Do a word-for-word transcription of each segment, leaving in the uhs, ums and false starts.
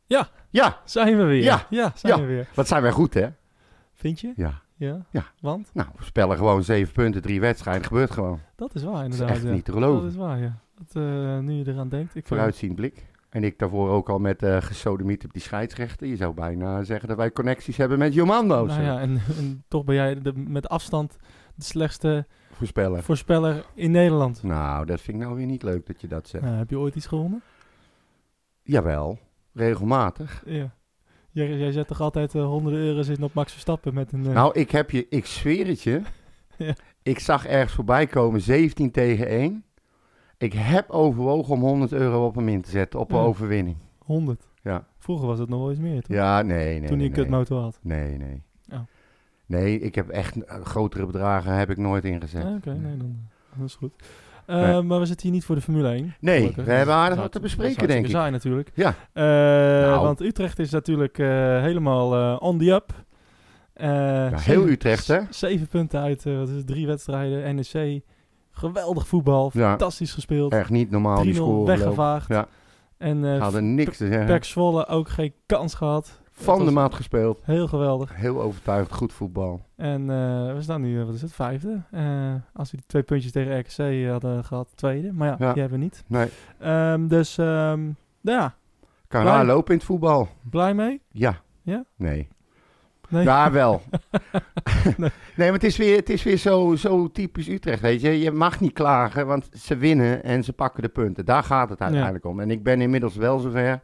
Ja, Ja, zijn we weer. Ja, ja zijn ja. we weer. wat zijn wij goed, hè? Vind je? Ja. Ja. Ja. Want? Nou, we spellen gewoon zeven punten, drie wedstrijden. Gebeurt gewoon. Dat is waar, Dat is inderdaad. echt ja. niet te geloven. Dat is waar, ja. Dat, uh, nu je eraan denkt. Ik, Vooruitziend blik. En ik daarvoor ook al met uh, gesodemiet op die scheidsrechter. Je zou bijna zeggen dat wij connecties hebben met Jomando's. Nou ja, en, en toch ben jij de, met afstand de slechtste Voorspeller. voorspeller in Nederland. Nou, dat vind ik nou weer niet leuk dat je dat zegt. Uh, heb je ooit iets gewonnen? Jawel, regelmatig. Ja. Jij, jij zet toch altijd uh, honderden euro's in op Max Verstappen met een... Uh... Nou, ik heb je, ik zweer het je. ja. Ik zag ergens voorbij komen zeventien tegen één. Ik heb overwogen om honderd euro op hem in te zetten, op een ja. overwinning. honderd? Ja. Vroeger was het nog wel eens meer, toch? Ja, nee, nee. Toen nee, je een kutmotor had. Nee, nee. Oh. Nee, ik heb echt uh, grotere bedragen heb ik nooit ingezet. Ah, Oké, okay, nee, dan dat is goed. Uh, nee. Maar we zitten hier niet voor de Formule één. Nee, gelukkig. we hebben aardig dat wat te dat bespreken, denk ik. saai natuurlijk. Ja. Uh, nou. Want Utrecht is natuurlijk uh, helemaal uh, on the up. Uh, ja, heel zeven, Utrecht, hè? Zeven punten uit uh, wat is het, drie wedstrijden. N E C, geweldig voetbal, ja. fantastisch gespeeld. Echt niet normaal die score. weggevaagd. Ja. En uh, hadden niks te zeggen. P E C Zwolle ook geen kans gehad. Van de maat gespeeld. Heel geweldig. Heel overtuigd, goed voetbal. En uh, we staan nu, wat is het, vijfde. Uh, als we die twee puntjes tegen R K C hadden gehad, tweede. Maar ja, ja. die hebben we niet. Nee. Um, dus, um, ja. Kan raar lopen in het voetbal. Blij mee? Ja. Ja? Nee. Nee. Ja, wel. nee. nee, maar het is weer, het is weer zo, zo typisch Utrecht, weet je. Je mag niet klagen, want ze winnen en ze pakken de punten. Daar gaat het uiteindelijk ja. om. En ik ben inmiddels wel zover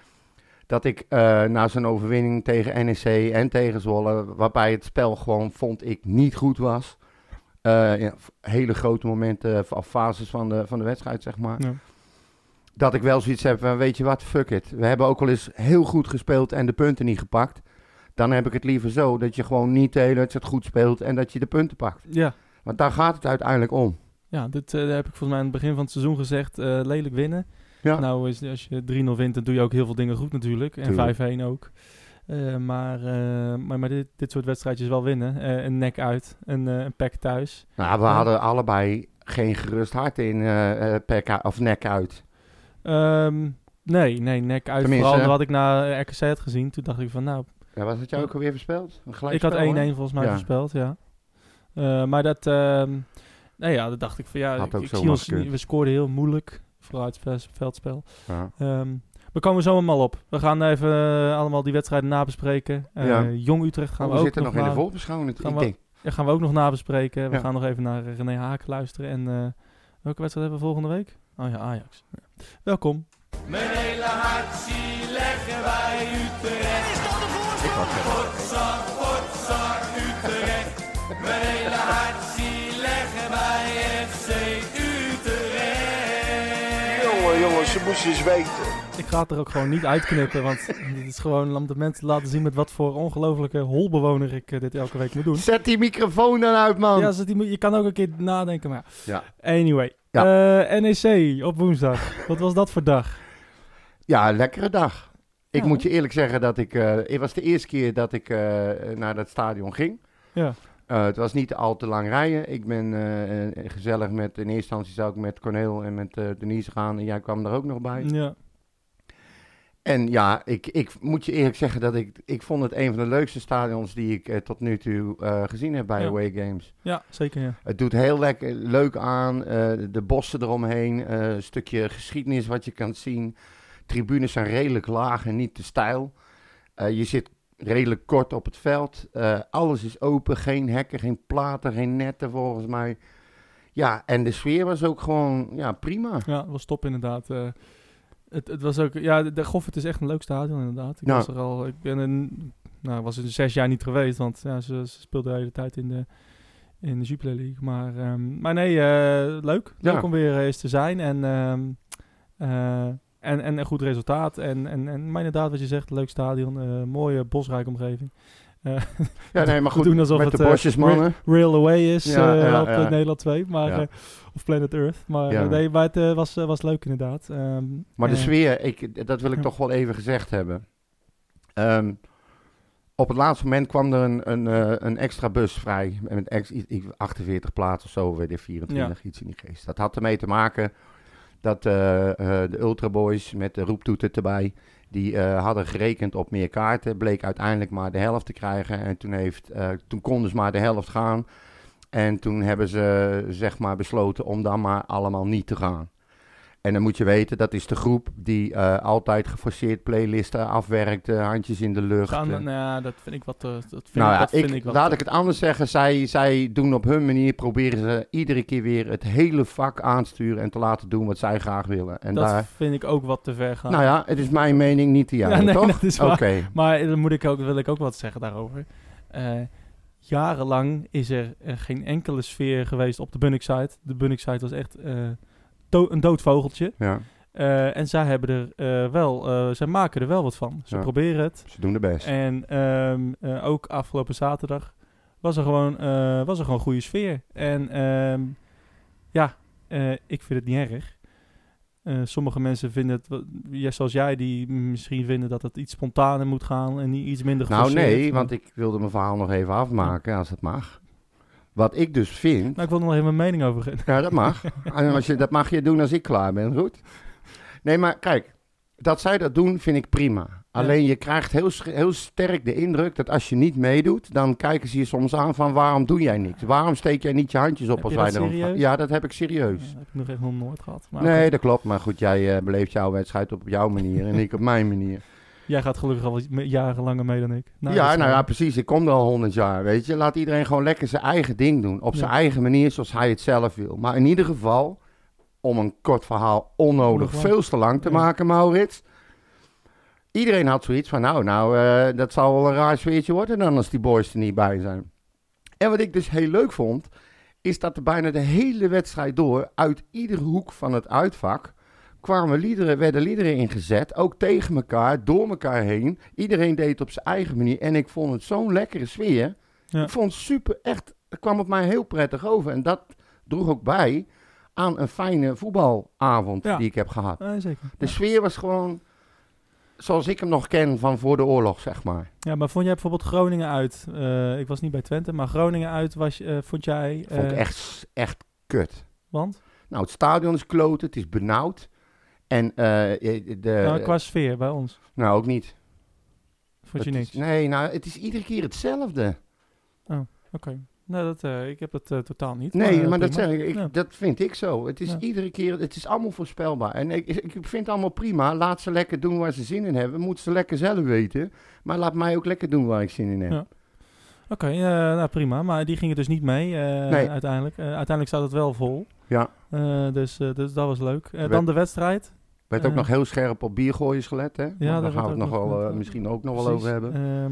dat ik uh, na zo'n overwinning tegen N E C en tegen Zwolle, waarbij het spel gewoon, vond ik, niet goed was. Uh, ja, hele grote momenten of fases van de, van de wedstrijd, zeg maar. Ja. Dat ik wel zoiets heb van, weet je wat, fuck it. We hebben ook al eens heel goed gespeeld en de punten niet gepakt. Dan heb ik het liever zo, dat je gewoon niet de hele wedstrijd goed speelt en dat je de punten pakt. Ja. Want daar gaat het uiteindelijk om. Ja, dit uh, heb ik volgens mij aan het begin van het seizoen gezegd, uh, lelijk winnen. Ja. Nou, is, als je drie nul wint, dan doe je ook heel veel dingen goed natuurlijk. En vijf een ook. Uh, maar uh, maar, maar dit, dit soort wedstrijdjes wel winnen. Uh, een nek uit, een, uh, een P E C thuis. Nou, we uh, hadden allebei geen gerust hart in uh, P E C of nek uit. Um, nee, nee, nek uit. Tenminste, vooral wat ik na R K C had gezien. Toen dacht ik van nou... Ja, was het jou ook alweer voorspeld? Ik had één één volgens mij ja. voorspeld, ja. Uh, maar dat... Uh, nou ja, dat dacht ik van ja... Had ook ik zo zie ons, we scoorden heel moeilijk. Vooral uit het veldspel. Ja. Um, we komen zo allemaal op. We gaan even uh, allemaal die wedstrijden nabespreken. Uh, ja. Jong Utrecht gaan oh, we, we ook zitten nog nog na... in de voorbeschouwing. Gaan, we, ja, gaan we ook nog nabespreken. We ja. gaan nog even naar René Haken luisteren. En uh, welke wedstrijd hebben we volgende week? Oh ja, Ajax. Ja. Welkom. Mijn hele hart zie leggen wij Utrecht. Is dat de voorsprong? Potsa, potsa, Utrecht. Mijn hele hart zie leggen wij F C Utrecht. Jongen, jongens, ze moesten eens weten. Ik ga het er ook gewoon niet uitknippen, want het is gewoon om de mensen te laten zien met wat voor ongelofelijke holbewoner ik uh, dit elke week moet doen. Zet die microfoon dan uit, man. Ja, zet die, je kan ook een keer nadenken, maar ja. Anyway, ja. uh, N E C op woensdag. Wat was dat voor dag? Ja, een lekkere dag. Ik ja, moet je eerlijk zeggen dat ik... Uh, het was de eerste keer dat ik uh, naar dat stadion ging. Ja. Uh, het was niet al te lang rijden. Ik ben uh, uh, gezellig met... In eerste instantie zou ik met Corneel en met uh, Denise gaan. En jij kwam er ook nog bij. Ja. En ja, ik, ik moet je eerlijk zeggen dat ik... Ik vond het een van de leukste stadions die ik uh, tot nu toe uh, gezien heb bij ja. Away Games. Ja, zeker ja. Het doet heel lekker, leuk aan. Uh, de bossen eromheen. Uh, een stukje geschiedenis wat je kan zien. Tribunes zijn redelijk laag en niet te steil. Uh, je zit redelijk kort op het veld. Uh, alles is open, geen hekken, geen platen, geen netten volgens mij. Ja, en de sfeer was ook gewoon ja, prima. Ja, het was top inderdaad. Uh, het, het was ook, ja, de, de Goffert is echt een leuk stadion inderdaad. Ik ja. was er al, ik ben een, nou, was er zes jaar niet geweest, want ja, ze, ze speelde de hele tijd in de, in de Jupiler League. Maar, um, maar nee, uh, leuk. Ja. Leuk om weer eens te zijn en... Um, uh, En, en een goed resultaat. En, en, en maar inderdaad, wat je zegt, leuk stadion. Uh, mooie bosrijke omgeving. Uh, ja, nee, maar goed, doen alsof met het, de bosjesmannen. Uh, Rail Away is ja, uh, ja, op ja. Nederland twee. Maar, ja. uh, of Planet Earth. Maar, ja. uh, nee, maar het uh, was, uh, was leuk inderdaad. Um, maar de uh, sfeer, ik, dat wil ik ja. toch wel even gezegd hebben. Um, op het laatste moment kwam er een, een, uh, een extra bus vrij. Met ex, achtenveertig plaatsen of zo, weer de vierentwintig, ja. iets in die geest. Dat had ermee te maken... dat uh, uh, de Ultra Boys met de roeptoeter erbij, Die uh, hadden gerekend op meer kaarten. Bleek uiteindelijk maar de helft te krijgen. En toen, heeft, uh, toen konden ze maar de helft gaan. En toen hebben ze zeg maar besloten om dan maar allemaal niet te gaan. En dan moet je weten, dat is de groep die uh, altijd geforceerd playlisten afwerkt, uh, handjes in de lucht. Gaan, nou ja, dat vind ik wat... Uh, dat vind nou ik, ja, dat vind ik, ik wat laat te... ik het anders zeggen. Zij, zij doen op hun manier, proberen ze iedere keer weer het hele vak aan te sturen en te laten doen wat zij graag willen. En dat daar... vind ik ook wat te ver gaan. Nou ja, het is mijn mening, niet de jouwe, ja, nee, toch? Dat is waar. Okay. Maar dan moet ik ook, wil ik ook wat zeggen daarover. Uh, jarenlang is er uh, geen enkele sfeer geweest op de Bunnik-site. De Bunnik-site was echt uh, do- een dood vogeltje. Ja. Uh, en zij hebben er uh, wel, uh, zij maken er wel wat van. Ze ja. proberen het. Ze doen de best. En um, uh, ook afgelopen zaterdag was er gewoon, uh, was er gewoon goede sfeer. En um, ja, uh, ik vind het niet erg. Uh, sommige mensen vinden het, ja, zoals jij, die misschien vinden dat het iets spontaner moet gaan en niet iets minder geforceerd. Nou nee, want ik wilde mijn verhaal nog even afmaken, ja. als het mag. Wat ik dus vind... Nou, ik wil er nog even mijn mening over geven. Ja, dat mag. En als je, dat mag je doen als ik klaar ben, goed? Nee, maar kijk, dat zij dat doen vind ik prima. Ja. Alleen je krijgt heel, heel sterk de indruk dat als je niet meedoet, dan kijken ze je soms aan van waarom doe jij niks? Waarom steek jij niet je handjes op heb als je wij dat serieus? Ja, dat heb ik serieus. Ja, dat heb ik nog echt nog nooit gehad. Maar nee, okay. dat klopt. Maar goed, jij uh, beleeft jouw wedstrijd op jouw manier en ik op mijn manier. Jij gaat gelukkig al jaren langer mee dan ik. Nou, ja, nou ja, precies. Ik kom er al honderd jaar, weet je. Laat iedereen gewoon lekker zijn eigen ding doen. Op ja. zijn eigen manier, zoals hij het zelf wil. Maar in ieder geval, om een kort verhaal onnodig veel te lang te ja. maken, Maurits. Iedereen had zoiets van, nou, nou, uh, dat zal wel een raar sfeertje worden dan als die boys er niet bij zijn. En wat ik dus heel leuk vond, is dat er bijna de hele wedstrijd door, uit iedere hoek van het uitvak, kwamen liederen, werden liederen ingezet, ook tegen elkaar, door elkaar heen. Iedereen deed het op zijn eigen manier en ik vond het zo'n lekkere sfeer. Ja. Ik vond het super, echt, het kwam op mij heel prettig over. En dat droeg ook bij aan een fijne voetbalavond ja. die ik heb gehad. Ja, zeker. De ja. sfeer was gewoon zoals ik hem nog ken van voor de oorlog, zeg maar. Ja, maar vond jij bijvoorbeeld Groningen uit, uh, ik was niet bij Twente, maar Groningen uit was, uh, vond jij... Uh, vond ik echt, echt kut. Want? Nou, het stadion is kloten, het is benauwd. En uh, de... Nou, qua sfeer bij ons? Nou, ook niet. Vond je het niks? Is, nee, nou, het is iedere keer hetzelfde. Oh, oké. Okay. Nou, dat, uh, ik heb het uh, totaal niet. Nee, maar, maar dat, zeg ik, ik ja. dat vind ik zo. Het is ja. iedere keer, het is allemaal voorspelbaar. En ik, ik vind het allemaal prima. Laat ze lekker doen waar ze zin in hebben. Moeten ze lekker zelf weten. Maar laat mij ook lekker doen waar ik zin in heb. Ja. Oké, okay, uh, nou prima. Maar die gingen dus niet mee uh, nee. uiteindelijk. Uh, uiteindelijk staat het wel vol. Ja. Uh, dus, uh, dus dat was leuk. Uh, dan de wedstrijd. Werd ook uh, nog heel scherp op biergooiers gelet, hè? Ja, daar gaan we het nog wel, uh, misschien ook nog wel over hebben. Uh,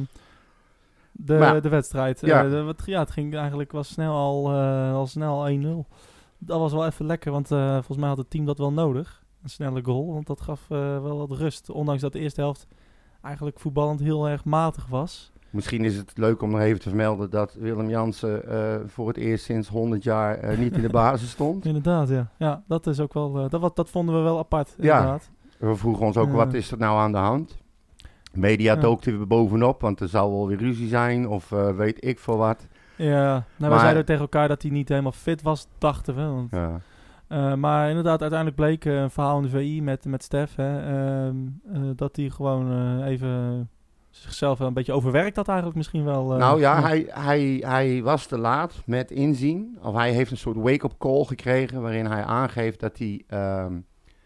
de, ja. de wedstrijd. Ja. Uh, de, wat, ja, het ging eigenlijk was snel al, uh, al snel één nul. Dat was wel even lekker, want uh, volgens mij had het team dat wel nodig. Een snelle goal, want dat gaf uh, wel wat rust. Ondanks dat de eerste helft eigenlijk voetballend heel erg matig was. Misschien is het leuk om nog even te vermelden dat Willem Jansen uh, voor het eerst sinds honderd jaar uh, niet in de basis stond. Inderdaad, ja. Ja, dat is ook wel, uh, dat, wat, dat vonden we wel apart, inderdaad. Ja, we vroegen ons ook, uh, wat is er nou aan de hand? Media ja. dookte weer bovenop, want er zal wel weer ruzie zijn of uh, weet ik veel wat. Ja, nou, maar, wij zeiden tegen elkaar dat hij niet helemaal fit was, dachten we. Want, ja. uh, maar inderdaad, uiteindelijk bleek uh, een verhaal in de V I met, met Stef, hè, uh, uh, dat hij gewoon uh, even zichzelf wel een beetje overwerkt had eigenlijk misschien wel. Uh, nou ja, ja. Hij, hij, hij was te laat met inzien. Of hij heeft een soort wake-up call gekregen waarin hij aangeeft dat hij... Um,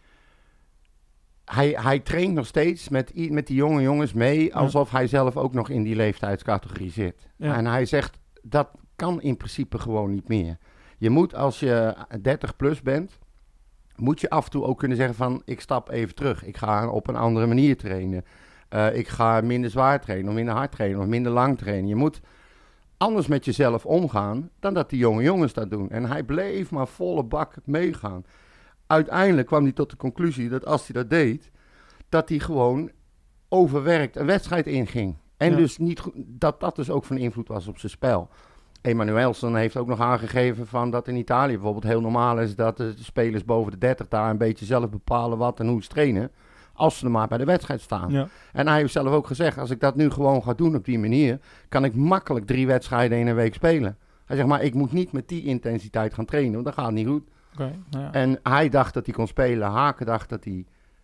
Hij, hij traint nog steeds met, met die jonge jongens mee, alsof ja. hij zelf ook nog in die leeftijdscategorie zit. Ja. En hij zegt, dat kan in principe gewoon niet meer. Je moet, als je dertig plus bent, moet je af en toe ook kunnen zeggen van, ik stap even terug. Ik ga op een andere manier trainen. Uh, ik ga minder zwaar trainen, of minder hard trainen, of minder lang trainen. Je moet anders met jezelf omgaan dan dat die jonge jongens dat doen. En hij bleef maar volle bak meegaan. Uiteindelijk kwam hij tot de conclusie dat als hij dat deed, dat hij gewoon overwerkt een wedstrijd inging. En ja. dus niet go- dat dat dus ook van invloed was op zijn spel. Emanuelson heeft ook nog aangegeven van dat in Italië bijvoorbeeld heel normaal is dat de spelers boven de dertig daar een beetje zelf bepalen wat en hoe ze trainen, als ze er maar bij de wedstrijd staan. Ja. En hij heeft zelf ook gezegd, als ik dat nu gewoon ga doen op die manier, kan ik makkelijk drie wedstrijden in een week spelen. Hij zegt, maar ik moet niet met die intensiteit gaan trainen, want dat gaat niet goed. Okay, nou ja. En hij dacht dat hij kon spelen. Haken dacht dat hij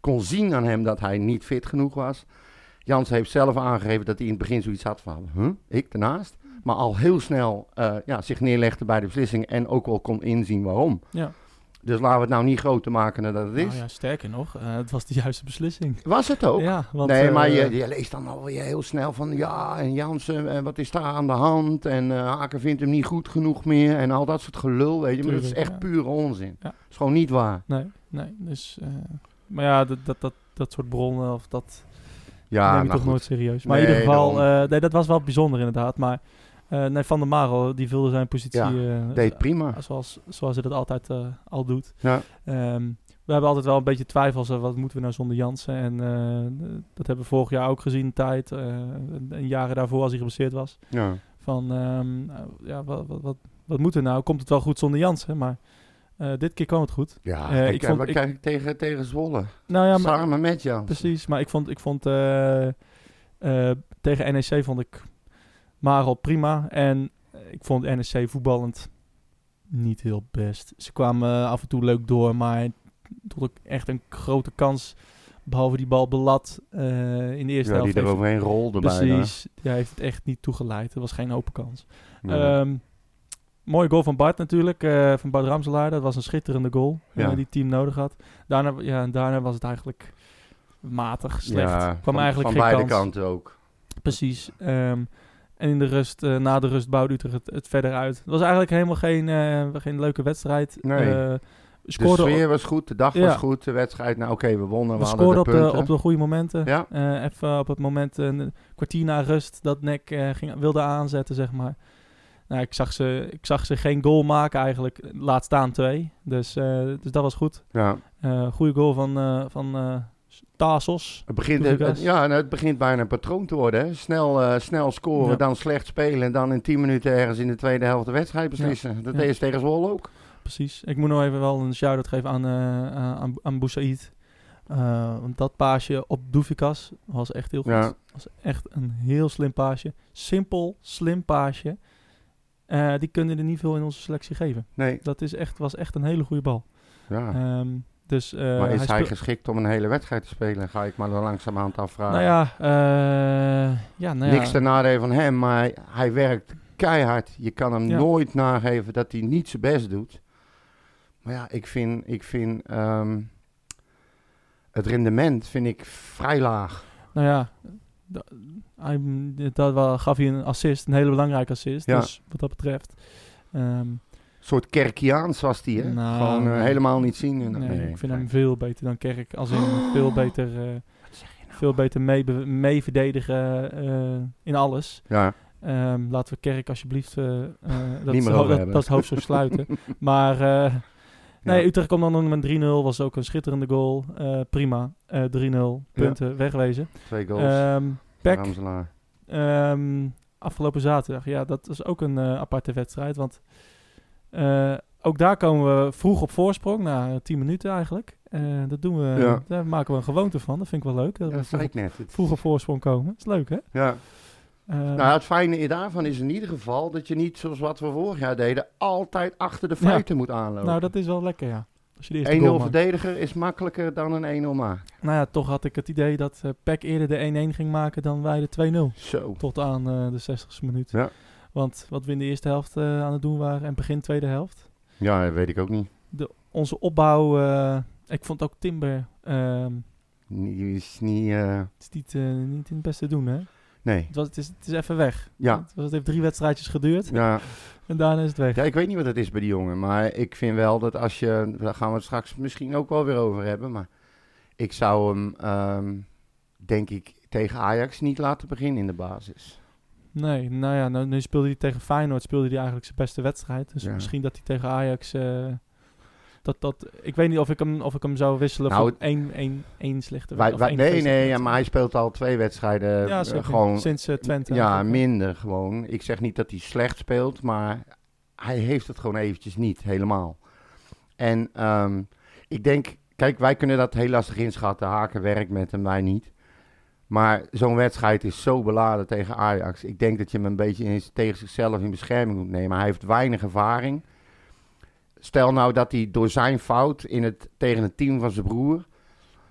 kon zien aan hem dat hij niet fit genoeg was. Jansen heeft zelf aangegeven dat hij in het begin zoiets had van, huh, ik daarnaast. Maar al heel snel uh, ja, zich neerlegde bij de beslissing en ook wel kon inzien waarom. Ja. Dus laten we het nou niet groter maken dan dat het is. Nou ja, sterker nog, uh, het was de juiste beslissing. Was het ook? Ja, want, nee, uh, maar je, je leest dan alweer heel snel van, ja, en Jansen, en wat is daar aan de hand? En uh, Haken vindt hem niet goed genoeg meer en al dat soort gelul, weet je. Maar dat is echt ja. pure onzin. Ja. Dat is gewoon niet waar. Nee, nee. Dus, uh, maar ja, dat, dat, dat, dat soort bronnen of dat ja, neem je nou toch goed. nooit serieus. Maar nee, in ieder geval, uh, nee, dat was wel bijzonder inderdaad. Maar uh, nee, Van der Marel, die vulde zijn positie... Ja, uh, deed prima. Zoals, zoals hij dat altijd uh, al doet. Ja. Um, we hebben altijd wel een beetje twijfels. Uh, wat moeten we nou zonder Jansen? En uh, dat hebben we vorig jaar ook gezien in tijd. Uh, en jaren daarvoor als hij geblesseerd was. Ja. Van, um, uh, ja, wat, wat, wat, wat moet er nou? Komt het wel goed zonder Jansen? Maar uh, dit keer kwam het goed. Ja, uh, ik, ik vond, wat ik, krijg ik tegen, tegen Zwolle? Nou ja, maar, samen met Jansen. Precies, maar ik vond, ik vond uh, uh, tegen N E C vond ik Marel prima. En ik vond N E C voetballend niet heel best. Ze kwamen uh, af en toe leuk door, maar tot ik echt een grote kans, behalve die bal belat uh, in de eerste ja, helft. die er overheen rolde bijna. Precies, hij heeft het echt niet toegeleid. Het was geen open kans. Nee. Um, mooie goal van Bart natuurlijk, uh, van Bart Ramselaar. Dat was een schitterende goal ja. uh, die het team nodig had. Daarna, ja, daarna was het eigenlijk matig, slecht. Ja, kwam van, eigenlijk van geen beide kans. kanten ook. Precies. Um, en in de rust, uh, na de rust bouwde Utrecht het, het verder uit. Het was eigenlijk helemaal geen, uh, geen leuke wedstrijd. Nee. Uh, de sfeer op, was goed, de dag ja. was goed, de wedstrijd, nou oké, okay, we wonnen, we, we hadden de op punten. De, op de goede momenten. Ja. Uh, even op het moment, uh, een kwartier na rust, dat N E C uh, ging, wilde aanzetten, zeg maar. Nou, ik zag, ze, ik zag ze geen goal maken eigenlijk, laat staan twee. Dus, uh, dus dat was goed. Ja. Uh, goede goal van, uh, van uh, Tassos. Het begint, het, ja, het begint bijna een patroon te worden. Hè? Snel, uh, snel scoren, ja. dan slecht spelen en dan in tien minuten ergens in de tweede helft de wedstrijd beslissen. Ja. Dat deed ja. tegen Zwolle ook. Precies. Ik moet nog even wel een shout-out geven aan, uh, aan, aan Boussaïd. Uh, want dat paasje op Doufikas was echt heel goed. Ja. Was echt een heel slim paasje. Simpel, slim paasje. Uh, die kunnen er niet veel in onze selectie geven. Nee. Dat is echt, was echt een hele goede bal. Ja. Um, dus, uh, maar is hij, hij speel... geschikt om een hele wedstrijd te spelen? Ga ik maar dan langzamerhand afvragen. Nou ja, uh, ja, nou ja. Niks ten nadele van hem, maar hij werkt keihard. Je kan hem ja. nooit nageven dat hij niet zijn best doet. Maar ja, ik vind, ik vind um, het rendement vind ik vrij laag. Nou ja, dat, hij, dat wel, gaf hij een assist, een hele belangrijke assist. Ja. Dus wat dat betreft. Um, een soort Kerkiaans was die, hè? Nou, Gewoon uh, nee. helemaal niet zien. Nee, nee, ik vind hem veel beter dan Kerk. Als in veel beter, uh, nou? veel beter mee, mee verdedigen uh, in alles. Ja. Um, laten we Kerk alsjeblieft uh, uh, dat, niet meer ho- dat, dat, dat hoofd zo sluiten. Maar uh, nee, ja. Utrecht komt dan met drie nul. Was ook een schitterende goal. Uh, prima. Uh, drie nul. Punten. Ja. Wegwezen. Twee goals. Um, Pek. Um, afgelopen zaterdag. Ja, dat is ook een uh, aparte wedstrijd. Want uh, ook daar komen we vroeg op voorsprong. Na tien minuten eigenlijk. Uh, dat doen we. Ja. Daar maken we een gewoonte van. Dat vind ik wel leuk. Dat ja, we vroeg, op, net. vroeg op voorsprong komen. Dat is leuk, hè? Ja. Uh, nou, het fijne daarvan is in ieder geval dat je niet, zoals wat we vorig jaar deden, altijd achter de feiten ja. moet aanlopen. Nou, dat is wel lekker, ja. één nul verdediger is makkelijker dan een één nul maken. Nou ja, toch had ik het idee dat uh, Pek eerder de één één ging maken dan wij de twee nul. Zo. Tot aan uh, de zestigste minuut. Ja. Want wat we in de eerste helft uh, aan het doen waren en begin tweede helft. Ja, dat weet ik ook niet. De, onze opbouw, uh, ik vond ook Timber... Uh, Die is niet... Uh... Het is niet, uh, niet in het beste doen, hè? Nee. Het, was, het, is, het is even weg. Ja. Het, was, het heeft drie wedstrijdjes geduurd. Ja. En daarna is het weg. Ja, ik weet niet wat het is bij die jongen. Maar ik vind wel dat als je... Daar gaan we het straks misschien ook wel weer over hebben. Maar ik zou hem, um, denk ik, tegen Ajax niet laten beginnen in de basis. Nee, nou ja, nou, nu speelde hij tegen Feyenoord. Speelde hij eigenlijk zijn beste wedstrijd. Dus ja. misschien dat hij tegen Ajax... Uh, dat, dat, ik weet niet of ik hem, of ik hem zou wisselen nou, voor één, één, één slechte wedstrijd. Nee, nee, ja, maar hij speelt al twee wedstrijden ja, uh, gewoon... Sinds uh, Twente. Ja, eigenlijk. minder gewoon. Ik zeg niet dat hij slecht speelt, maar hij heeft het gewoon eventjes niet, helemaal. En um, ik denk, kijk, wij kunnen dat heel lastig inschatten. Haken werkt met hem, wij niet. Maar zo'n wedstrijd is zo beladen tegen Ajax. Ik denk dat je hem een beetje in, tegen zichzelf in bescherming moet nemen. Hij heeft weinig ervaring. Stel nou dat hij door zijn fout in het, tegen het team van zijn broer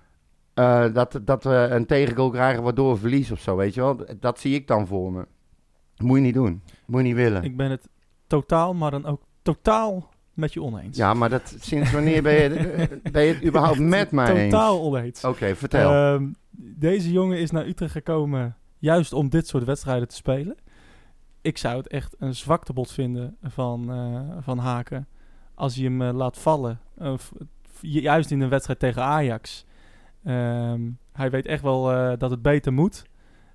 Uh, dat, dat we een tegengoal krijgen waardoor we verliezen of zo, weet je wel. Dat zie ik dan voor me. Moet je niet doen. Moet je niet willen. Ik ben het totaal, maar dan ook totaal met je oneens. Ja, maar dat, sinds wanneer ben je, ben je het überhaupt met mij totaal eens? Totaal oneens. Oké, okay, vertel. Um, deze jongen is naar Utrecht gekomen juist om dit soort wedstrijden te spelen. Ik zou het echt een zwaktebod vinden van, uh, van Haken als hij hem uh, laat vallen. Uh, f- juist in een wedstrijd tegen Ajax. Um, hij weet echt wel uh, dat het beter moet.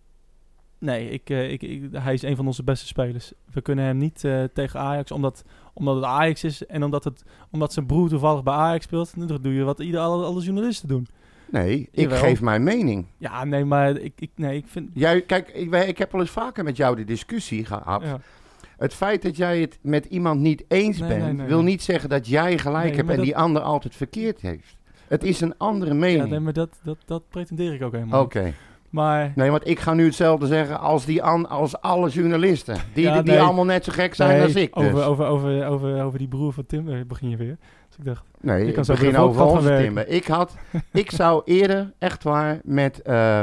Nee, ik, uh, ik, ik, hij is een van onze beste spelers. We kunnen hem niet uh, tegen Ajax, omdat, omdat het Ajax is en omdat, het, omdat zijn broer toevallig bij Ajax speelt. Dan doe je wat ieder, alle, alle journalisten doen. Nee, ik Jawel. geef mijn mening. Ja, nee, maar ik, ik, nee, ik vind... Jij, kijk, ik, ik heb al eens vaker met jou de discussie gehad. Ja. Het feit dat jij het met iemand niet eens nee, bent, nee, nee, wil nee. niet zeggen dat jij gelijk nee, hebt en dat... die ander altijd verkeerd heeft. Het is een andere mening. Ja, nee, maar dat, dat, dat pretendeer ik ook helemaal. Oké. Okay. Maar... Nee, want ik ga nu hetzelfde zeggen als, die an, als alle journalisten. Die, ja, die nee. allemaal net zo gek zijn nee, als ik. Dus. Over, over, over, over, over die broer van Tim begin je weer. Dus ik dacht, nee, ik kan zo begin over onze Timber. Ik, had, ik zou eerder echt waar met, uh,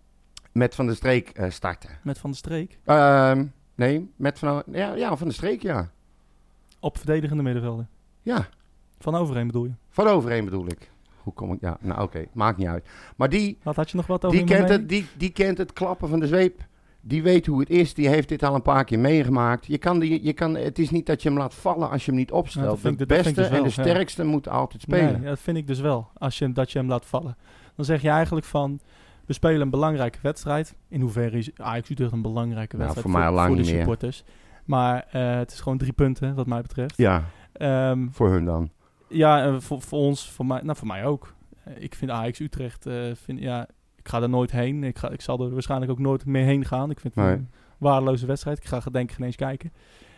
met Van der Streek uh, starten. Met Van der Streek? Uh, nee, met van, ja, ja, Van der Streek, ja. Op verdedigende middenvelden? Ja. Van Overheen bedoel je? Van Overheen bedoel ik. Hoe kom ik? Ja, nou oké, okay, maakt niet uit. Maar die, wat had je nog wat over die kent, het, die, die kent het klappen van de zweep. Die weet hoe het is. Die heeft dit al een paar keer meegemaakt. Je kan die, je kan, het is niet dat je hem laat vallen als je hem niet opstelt. Ja, de beste dus wel, en de sterkste ja. moet altijd spelen. Nee, ja, dat vind ik dus wel. Als je, dat je hem laat vallen. Dan zeg je eigenlijk van, we spelen een belangrijke wedstrijd. In hoeverre is Ajax Utrecht een belangrijke wedstrijd nou, voor, voor, mij lang voor de meer. supporters. Maar uh, het is gewoon drie punten wat mij betreft. Ja, um, voor hun dan. Ja, uh, voor, voor ons, voor mij, nou voor mij ook. Ik vind Ajax Utrecht, uh, vind, ja, ik ga er nooit heen. Ik, ga, ik zal er waarschijnlijk ook nooit meer heen gaan. Ik vind het nee. een waardeloze wedstrijd. Ik ga denk ik geen eens kijken.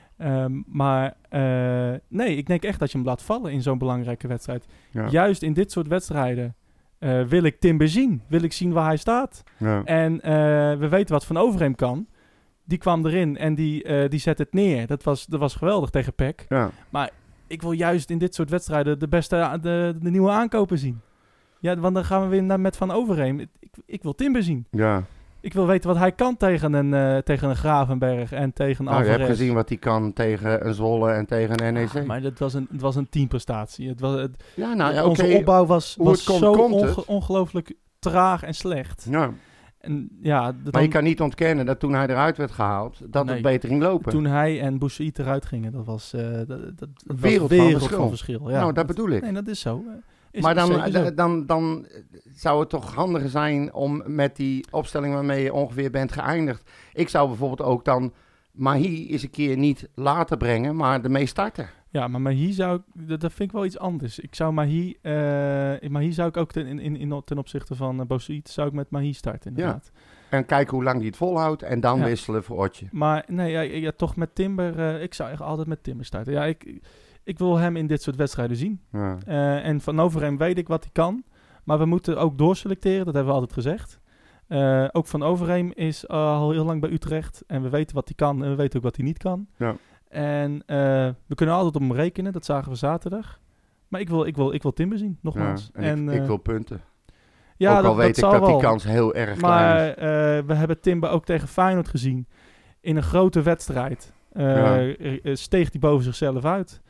Um, maar uh, nee, ik denk echt dat je hem laat vallen in zo'n belangrijke wedstrijd. Ja. Juist in dit soort wedstrijden uh, wil ik Timber zien. Wil ik zien waar hij staat. Ja. En uh, we weten wat Van Overheem kan. Die kwam erin en die, uh, die zet het neer. Dat was, dat was geweldig tegen P E C. Ja. Maar ik wil juist in dit soort wedstrijden de beste, de, de nieuwe aankopen zien. Ja, want dan gaan we weer naar met Van Overheem. Ik, ik wil Timber zien. Ja. Ik wil weten wat hij kan tegen een, uh, tegen een Gravenberg en tegen een nou, Alvarez. Je hebt gezien wat hij kan tegen een Zwolle en tegen een N E C. Ja, maar het was een, het was een teamprestatie. Het was, het, ja, nou, ja, onze okay. opbouw was, was komt, zo komt onge- ongelooflijk traag en slecht. Ja. En, ja, maar dan, je kan niet ontkennen dat toen hij eruit werd gehaald, dat nee, het beter ging lopen. Toen hij en Boussaïd eruit gingen, dat was, uh, dat, dat, dat wereld, was wereld van verschil. Van verschil. Ja, nou, dat bedoel ik. Nee, dat is zo. Is maar dan, dan, dan, dan zou het toch handiger zijn om met die opstelling waarmee je ongeveer bent geëindigd. Ik zou bijvoorbeeld ook dan Mahi eens een keer niet laten brengen, maar ermee starten. Ja, maar Mahi zou ik, dat, dat vind ik wel iets anders. Ik zou Mahi, uh, Mahi zou ik ook ten, in, in, ten opzichte van uh, Boussaïd, zou ik met Mahi starten inderdaad. Ja. En kijken hoe lang hij het volhoudt en dan ja. wisselen voor Otje. Maar nee, ja, ja, toch met Timber, uh, ik zou echt altijd met Timber starten. Ja, ik... Ik wil hem in dit soort wedstrijden zien. Ja. Uh, en van Overheem weet ik wat hij kan. Maar we moeten ook doorselecteren. Dat hebben we altijd gezegd. Uh, ook Van Overheem is uh, al heel lang bij Utrecht. En we weten wat hij kan. En we weten ook wat hij niet kan. Ja. En uh, we kunnen altijd op hem rekenen. Dat zagen we zaterdag. Maar ik wil, ik wil, ik wil Timber zien, nogmaals. Ja, en, en ik, uh, ik wil punten. Ja, ook al dat, weet dat ik dat wel. die kans heel erg maar, klein is. Maar uh, we hebben Timber ook tegen Feyenoord gezien. In een grote wedstrijd. Uh, ja. Steeg hij boven zichzelf uit.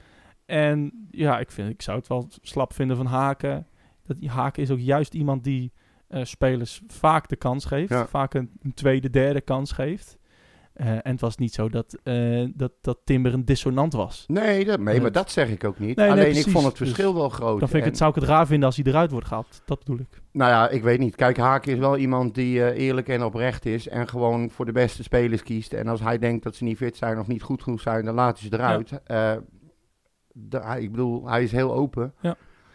En ja, ik, vind, ik zou het wel slap vinden van Haken. Dat, Haken is ook juist iemand die uh, spelers vaak de kans geeft. Ja. Vaak een, een tweede, derde kans geeft. Uh, en het was niet zo dat, uh, dat, dat Timber een dissonant was. Nee, dat, nee uh, maar dat zeg ik ook niet. Nee, Alleen nee, ik vond het verschil dus wel groot. Dan vind ik het, zou ik het raar vinden als hij eruit wordt gehaald. Dat bedoel ik. Nou ja, ik weet niet. Kijk, Haken is wel iemand die uh, eerlijk en oprecht is. En gewoon voor de beste spelers kiest. En als hij denkt dat ze niet fit zijn of niet goed genoeg zijn, dan laten ze eruit. Ja. Uh, De, ik bedoel, hij is heel open. Ja,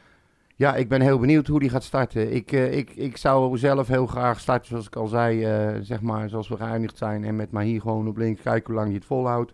ja ik ben heel benieuwd hoe hij gaat starten. Ik, uh, ik, ik zou zelf heel graag starten, zoals ik al zei, uh, zeg maar, zoals we geëindigd zijn. En met Mahi gewoon op links kijken hoe lang hij het volhoudt.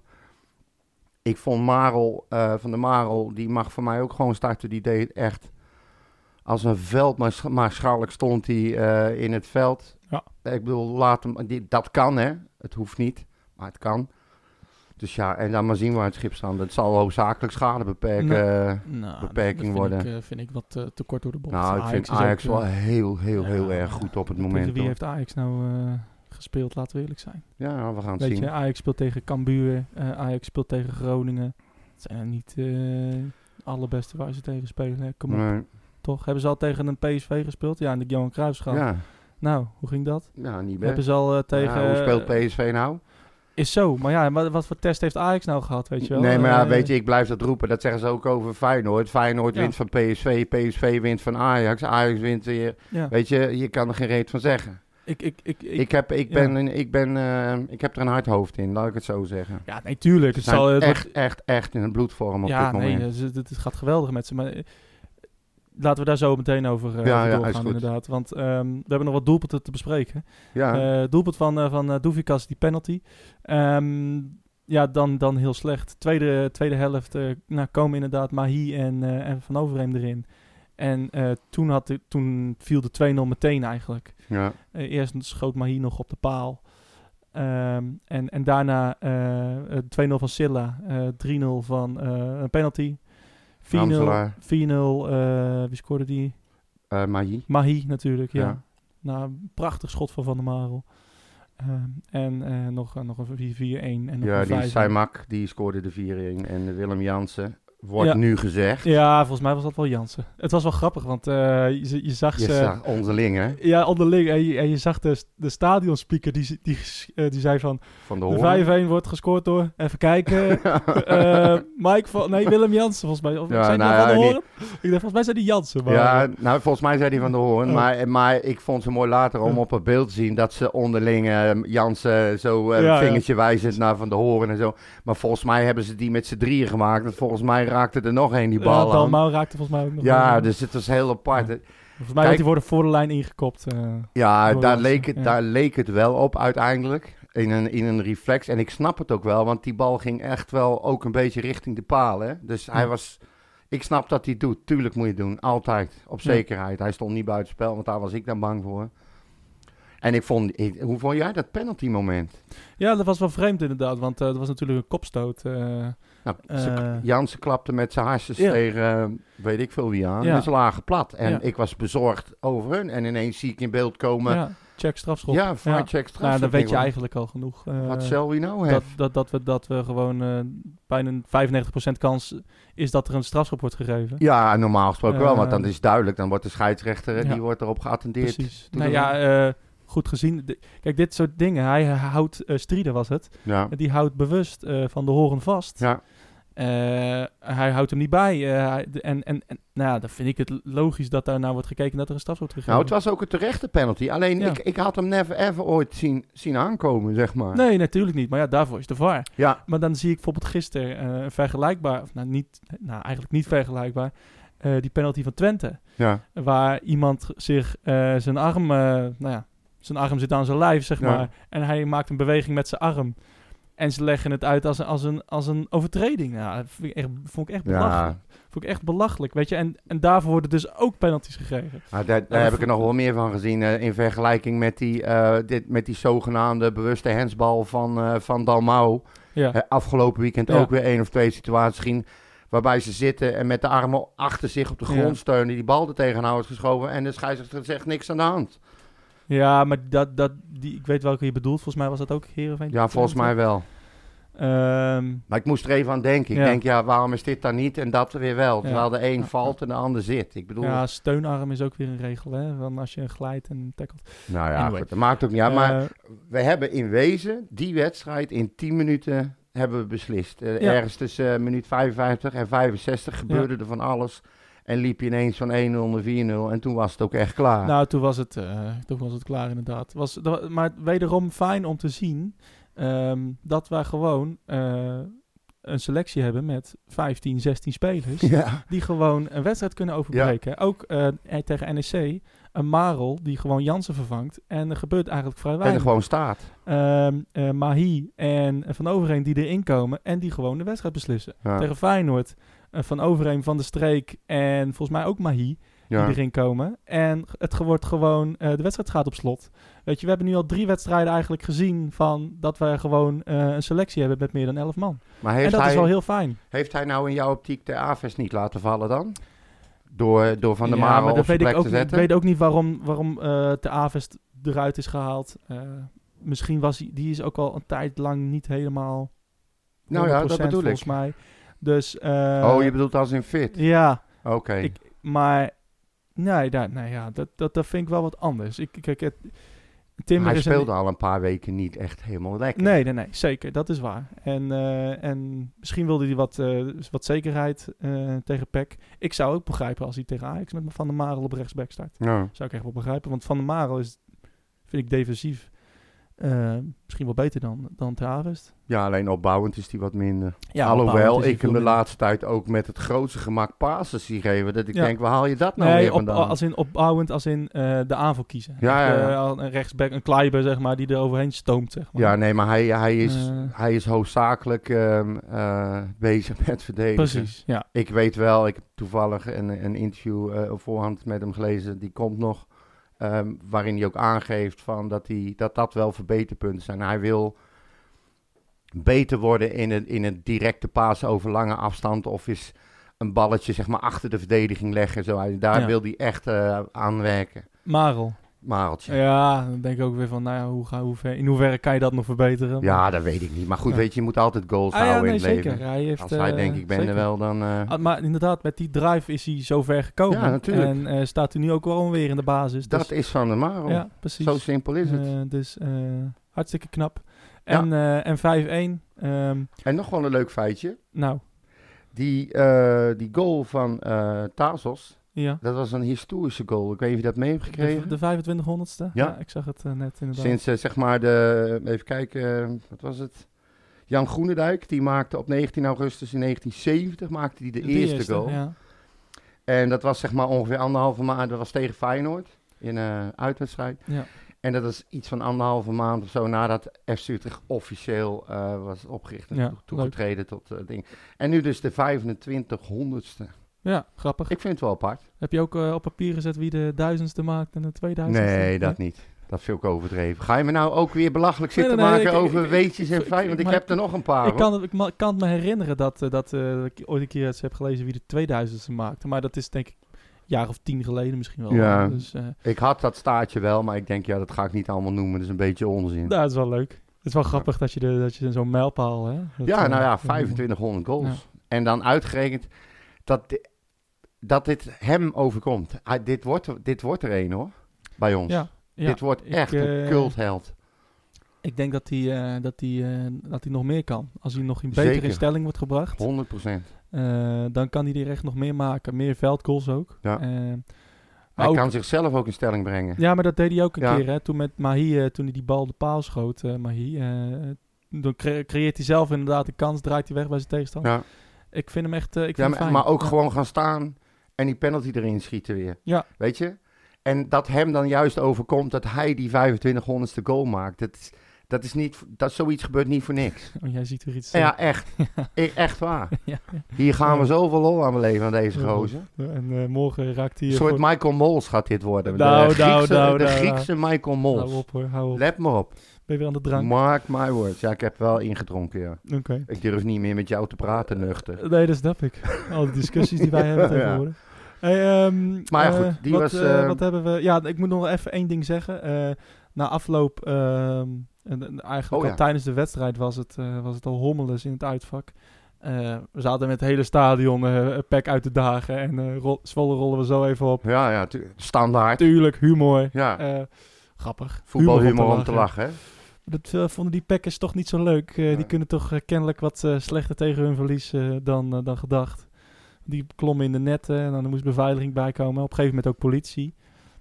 Ik vond Marel, uh, van de Marel, die mag voor mij ook gewoon starten. Die deed echt als een veld, maar, sch- maar scharrelijk stond hij uh, in het veld. Ja. Ik bedoel, laat hem, die, dat kan hè, het hoeft niet, maar het kan. Dus ja, en dan maar zien waar het schip staat. Het zal hoofdzakelijk schadebeperking nou, nou, beperking worden. Dat vind ik, uh, vind ik wat uh, te kort door de bocht. Nou, ik Ajax vind Ajax ook, wel heel, heel, ja, heel erg goed op het moment. Tegen wie hoor. heeft Ajax nou uh, gespeeld, laten we eerlijk zijn? Ja, nou, we gaan het Weet zien. Je, Ajax speelt tegen Cambuur, uh, Ajax speelt tegen Groningen. Het zijn er niet uh, allerbeste waar ze tegen spelen. Hè? Kom op. Nee. Toch? Hebben ze al tegen een P S V gespeeld? Ja, in de Johan Cruijffschaal. Ja. Nou, hoe ging dat? Ja, niet best. Hebben ze al uh, tegen... Ja, hoe speelt P S V nou? Is zo, maar ja, wat, wat voor test heeft Ajax nou gehad, weet je wel? Nee, maar ja, uh, weet je, ik blijf dat roepen. Dat zeggen ze ook over Feyenoord. Feyenoord ja. wint van P S V, P S V wint van Ajax, Ajax wint weer. Ja. Weet je, je kan er geen reet van zeggen. Ik, ik, ik, ik, ik, heb, ik, ben, ja. ik, ben, uh, ik heb er een hard hoofd in, laat ik het zo zeggen. Ja, nee, tuurlijk. Het zal uh, echt, echt, echt in een bloedvorm op ja, dit moment. Ja, nee, het, het gaat geweldig met ze, maar... Laten we daar zo meteen over, uh, ja, over doorgaan, ja, inderdaad. Want um, we hebben nog wat doelpunten te bespreken. Ja. Uh, doelpunt van, uh, van uh, Douvikas, die penalty. Um, ja, dan, dan heel slecht. Tweede, tweede helft uh, nou, komen inderdaad Mahi en, uh, en Van Overheem erin. En uh, toen, had de, toen viel de twee nul meteen eigenlijk. Ja. Uh, eerst schoot Mahi nog op de paal. Um, en, en daarna uh, twee nul van Silla. Uh, drie nul van uh, een penalty. vier nul, uh, wie scoorde die? Uh, Mahi. Mahi natuurlijk, ja. ja. Nou, prachtig schot van Van der Marel. Um, en uh, nog, uh, nog een vier-een. En nog ja, een die Saimak, die scoorde de vier-een. En Willem Jansen, wordt ja. nu gezegd. Ja, volgens mij was dat wel Jansen. Het was wel grappig, want uh, je, je zag je ze... Je zag onderling, hè? Ja, onderling. En je, en je zag de, de stadionspeaker, die, die, uh, die zei van... Van de, de vijf-een wordt gescoord door... Even kijken. uh, Mike van... Nee, Willem Jansen, volgens mij. Of ja, zei nou, Van ja, de Hoorn? Ik dacht, volgens mij zei die Jansen. Maar... Ja, nou, volgens mij zei die Van de Hoorn. Oh. Maar, maar ik vond ze mooi later om op het beeld te zien... dat ze onderling uh, Jansen zo uh, ja, vingertje ja. wijzend naar Van de Hoorn en zo. Maar volgens mij hebben ze die met z'n drieën gemaakt. En volgens mij raakte er nog één die bal ja, Dalmau raakte volgens mij ook nog. Ja, een. Dus het was heel apart. Ja. Volgens mij werd hij worden voor de lijn ingekopt. Uh, ja, daar leek, het, ja. daar leek het wel op uiteindelijk. In een, in een reflex. En ik snap het ook wel, want die bal ging echt wel ook een beetje richting de paal. Hè? Dus ja. hij was... Ik snap dat hij het doet. Tuurlijk moet je het doen. Altijd. Op zekerheid. Ja. Hij stond niet buiten spel, want daar was ik dan bang voor. En ik vond... Ik, hoe vond jij dat penalty moment? Ja, dat was wel vreemd inderdaad. Want uh, dat was natuurlijk een kopstoot. Uh, nou, uh, Jansen klapte met zijn hartjes ja. tegen... Uh, weet ik veel wie aan. Ja. En ze lagen plat. En ja. ik was bezorgd over hun. En ineens zie ik in beeld komen... Ja. Check strafschop. Ja, ja. check strafschop. Nou, dan weet je eigenlijk al genoeg. Uh, Wat Selby nou dat, dat, dat, we, dat we gewoon uh, bijna een vijfennegentig procent kans is dat er een strafschop wordt gegeven. Ja, normaal gesproken uh, wel. Want dan is het duidelijk. Dan wordt de scheidsrechter, ja. die wordt erop geattendeerd. Precies. Nou ja, uh, goed gezien. De, kijk, dit soort dingen. Hij houdt, uh, Strieder was het. Ja. Die houdt bewust uh, Van de Hoorn vast. Ja. Uh, hij houdt hem niet bij. Uh, en, en, en nou ja, dan vind ik het logisch dat daar nou wordt gekeken dat er een strafschop wordt gegeven. Nou, het was ook een terechte penalty. Alleen, ja. ik, ik had hem never ever ooit zien, zien aankomen, zeg maar. Nee, natuurlijk niet. Maar ja, daarvoor is de V A R. Ja. Maar dan zie ik bijvoorbeeld gisteren uh, vergelijkbaar, of nou, niet, nou eigenlijk niet vergelijkbaar, uh, die penalty van Twente. Ja. Waar iemand zich uh, zijn arm, uh, nou ja, zijn arm zit aan zijn lijf, zeg ja. maar. En hij maakt een beweging met zijn arm. En ze leggen het uit als een, als een, als een overtreding. Ja, dat vond ik echt, vond ik echt belachelijk. Ja. Vond ik echt belachelijk, weet je. En, en daarvoor worden dus ook penalties gegeven. Ah, daar daar heb ik er nog wel meer van gezien. Uh, in vergelijking met die, uh, dit, met die zogenaamde bewuste handsbal van, uh, van Dalmau. Ja. Uh, afgelopen weekend ja. ook weer één of twee situaties gezien. Waarbij ze zitten en met de armen achter zich op de grond ja. steunen. Die bal er tegenaan wordt geschoven. En de scheidsrechter zegt niks aan de hand. Ja, maar dat, dat, die, ik weet welke je bedoelt. Volgens mij was dat ook Heerenveen. Ja, volgens mij wel. Um, maar ik moest er even aan denken. Ik ja. denk, ja, waarom is dit dan niet en dat weer wel? Terwijl ja. de een ja. valt en de ander zit. Ik bedoel... Ja, steunarm is ook weer een regel, hè? Van als je glijdt en tackelt. Nou ja, anyway. Goed, dat maakt ook niet uit. Uh, maar we hebben in wezen die wedstrijd in tien minuten hebben we beslist. Uh, ja. Ergens tussen uh, minuut vijfenvijftig en vijfenzestig gebeurde ja. er van alles. En liep je ineens van één nul naar vier nul en toen was het ook echt klaar. Nou, toen was het, uh, toen was het klaar inderdaad. Was, dat, maar wederom fijn om te zien um, dat wij gewoon uh, een selectie hebben met vijftien, zestien spelers. Ja. Die gewoon een wedstrijd kunnen overbreken. Ja. Ook uh, tegen N E C, een Marel die gewoon Jansen vervangt. En er gebeurt eigenlijk vrij weinig. En er gewoon staat. Um, uh, Mahi en Van Overheem die erin komen en die gewoon de wedstrijd beslissen. Ja. Tegen Feyenoord. Van Overheem, Van de Streek en volgens mij ook Mahi. ja. die erin komen. En het wordt gewoon, uh, de wedstrijd gaat op slot. Weet je, we hebben nu al drie wedstrijden eigenlijk gezien van dat wij gewoon uh, een selectie hebben met meer dan elf man. Maar heeft en dat hij, is wel heel fijn. Heeft hij nou in jouw optiek de Aves niet laten vallen dan? Door, door Van der ja, Marel maar op zijn plek ook te zetten? Ik weet ook niet waarom, waarom uh, de Aves eruit is gehaald. Uh, misschien was hij, die is ook al een tijd lang niet helemaal nou ja, dat bedoel volgens ik. mij. Dus, uh, oh, je bedoelt als in fit? Ja. Oké. Okay. Maar, nee, dat, nou ja, dat, dat, dat vind ik wel wat anders. Ik, kijk, het, Timber hij is speelde een, al een paar weken niet echt helemaal lekker. Nee, nee, nee, zeker. Dat is waar. En, uh, en misschien wilde hij wat, uh, wat zekerheid uh, tegen P E C. Ik zou ook begrijpen als hij tegen Ajax met Van der Marel op rechtsback start. Ja. Zou ik echt wel begrijpen. Want Van der Marel is, vind ik defensief, uh, misschien wel beter dan, dan Ter Avest. Ja, alleen opbouwend is hij wat minder. Ja, alhoewel ik hem de laatste tijd ook met het grootste gemak passes zie geven. Dat ik ja. denk, waar haal je dat nou nee, weer op, vandaan? Als in opbouwend, als in uh, de aanval kiezen. Ja, ja, ja. Uh, een rechtsback, een Kleiber, zeg maar, die er overheen stoomt, zeg maar. Ja, nee, maar hij, hij, is, uh, hij is hoofdzakelijk uh, uh, bezig met verdedigen. Precies, ja. Ik weet wel, ik heb toevallig een, een interview uh, op voorhand met hem gelezen. Die komt nog, um, waarin hij ook aangeeft van dat, hij, dat dat wel verbeterpunten zijn. Hij wil beter worden in het, in het directe pasen over lange afstand of is een balletje zeg maar achter de verdediging leggen. Zo. Daar ja. wil hij echt uh, aan werken. Marel. Mareltje. Ja, dan denk ik ook weer van, nou ja, hoe ga, hoe ver, in hoeverre kan je dat nog verbeteren? Ja, maar dat weet ik niet. Maar goed, ja. weet je, je moet altijd goals ah, houden ja, nee, in het zeker. leven. Hij heeft, Als hij uh, denkt, ik ben zeker. er wel, dan... Uh... Ah, maar inderdaad, met die drive is hij zo ver gekomen. Ja, natuurlijk. En uh, staat hij nu ook gewoon weer in de basis. Dat dus, is Van der Marel. Ja, precies. Zo simpel is het. Uh, dus uh, hartstikke knap. En, ja. uh, en vijf-een. Um, en nog wel een leuk feitje. Nou. Die, uh, die goal van uh, Tazos, ja. dat was een historische goal. Ik weet niet of je dat mee hebt gekregen. De, de vijfentwintighonderdste? Ja. ja. Ik zag het uh, net inderdaad. Sinds, uh, zeg maar, de, even kijken, uh, wat was het? Jan Groenendijk, die maakte op negentien augustus in negentien zeventig maakte die de, de eerste, eerste goal. Ja. En dat was zeg maar ongeveer anderhalve maand, dat was tegen Feyenoord in een uh, uitwedstrijd. Ja. En dat is iets van anderhalve maand of zo nadat F C Utrecht officieel uh, was opgericht en ja, toegetreden tot het uh, ding. En nu dus de vijfentwintighonderdste. Ja, grappig. Ik vind het wel apart. Heb je ook uh, op papier gezet wie de duizendste maakt en de tweeduizendste? Nee, dat nee? niet. Dat is veel overdreven. Ga je me nou ook weer belachelijk zitten nee, nee, nee, maken ik, over ik, weetjes ik, en feiten? Want ik, ik heb er nog een paar. Ik kan, ik, ik kan me herinneren dat, uh, dat uh, ik ooit een keer eens heb gelezen wie de tweeduizendste maakte. Maar dat is denk ik een jaar of tien geleden misschien wel. Ja, dus, uh, ik had dat staartje wel, maar ik denk, ja, dat ga ik niet allemaal noemen. Dat is een beetje onzin. Nou, dat is wel leuk. Het is wel grappig ja. dat je, de, dat je zo'n mijlpaal... Hè? Dat, ja, uh, nou ja, vijfentwintighonderd goals. Ja. En dan uitgerekend dat, di- dat dit hem overkomt. Ah, dit, wordt er, dit wordt er een, hoor. Bij ons. Ja, ja. Dit wordt ik, echt uh, een cultheld. Ik denk dat hij, uh, dat, hij, uh, dat hij nog meer kan. Als hij nog in betere Zeker. in stelling wordt gebracht. honderd procent. Uh, dan kan hij er echt nog meer maken. Meer veldgoals ook. Ja. Uh, hij ook, kan zichzelf ook in stelling brengen. Ja, maar dat deed hij ook een ja. keer. Hè? Toen met Mahi, uh, toen hij die bal de paal schoot. Uh, Mahi, uh, dan cre- creëert hij zelf inderdaad de kans. Draait hij weg bij zijn tegenstander. Ja. Ik vind hem echt uh, ik vind ja, hem maar, fijn. maar ook ja. gewoon gaan staan en die penalty erin schieten weer. Ja. Weet je? En dat hem dan juist overkomt dat hij die vijfentwintighonderdste goal maakt. Dat is... Dat is niet, dat zoiets gebeurt niet voor niks. Oh, jij ziet er iets. Ja, echt. Ik, echt waar. ja, ja. Hier gaan we zoveel lol aan beleven aan deze gozer. En uh, morgen raakt hij... Een soort voor... Michael Mols gaat dit worden. Nou, de nou, Griekse, nou, de nou, Griekse nou. Michael Mols. Hou op hoor, hou op. Let maar op. Ben je weer aan de drank? Mark my words. Ja, ik heb wel ingedronken, ja. Oké. Okay. Ik durf niet meer met jou te praten, nuchter. Nee, dat snap ik. Al die discussies die wij hebben tegenwoordig. Ja. Hey, um, maar ja, goed. Uh, die wat, was... Uh, uh, wat hebben we... Ja, ik moet nog even één ding zeggen. Uh, na afloop... Uh, En, en eigenlijk oh, al ja. tijdens de wedstrijd was het, uh, was het al hommeles in het uitvak. Uh, we zaten met het hele stadion uh, een pek uit de dagen. En uh, ro- Zwolle rollen we zo even op. Ja, ja, tu- standaard. Tuurlijk, humor. Ja. Uh, grappig. Voetbalhumor om, om te lachen, hè? Dat uh, vonden die pekkers toch niet zo leuk. Uh, ja. Die kunnen toch uh, kennelijk wat uh, slechter tegen hun verlies uh, dan, uh, dan gedacht. Die klommen in de netten en dan moest beveiliging bijkomen. Op een gegeven moment ook politie.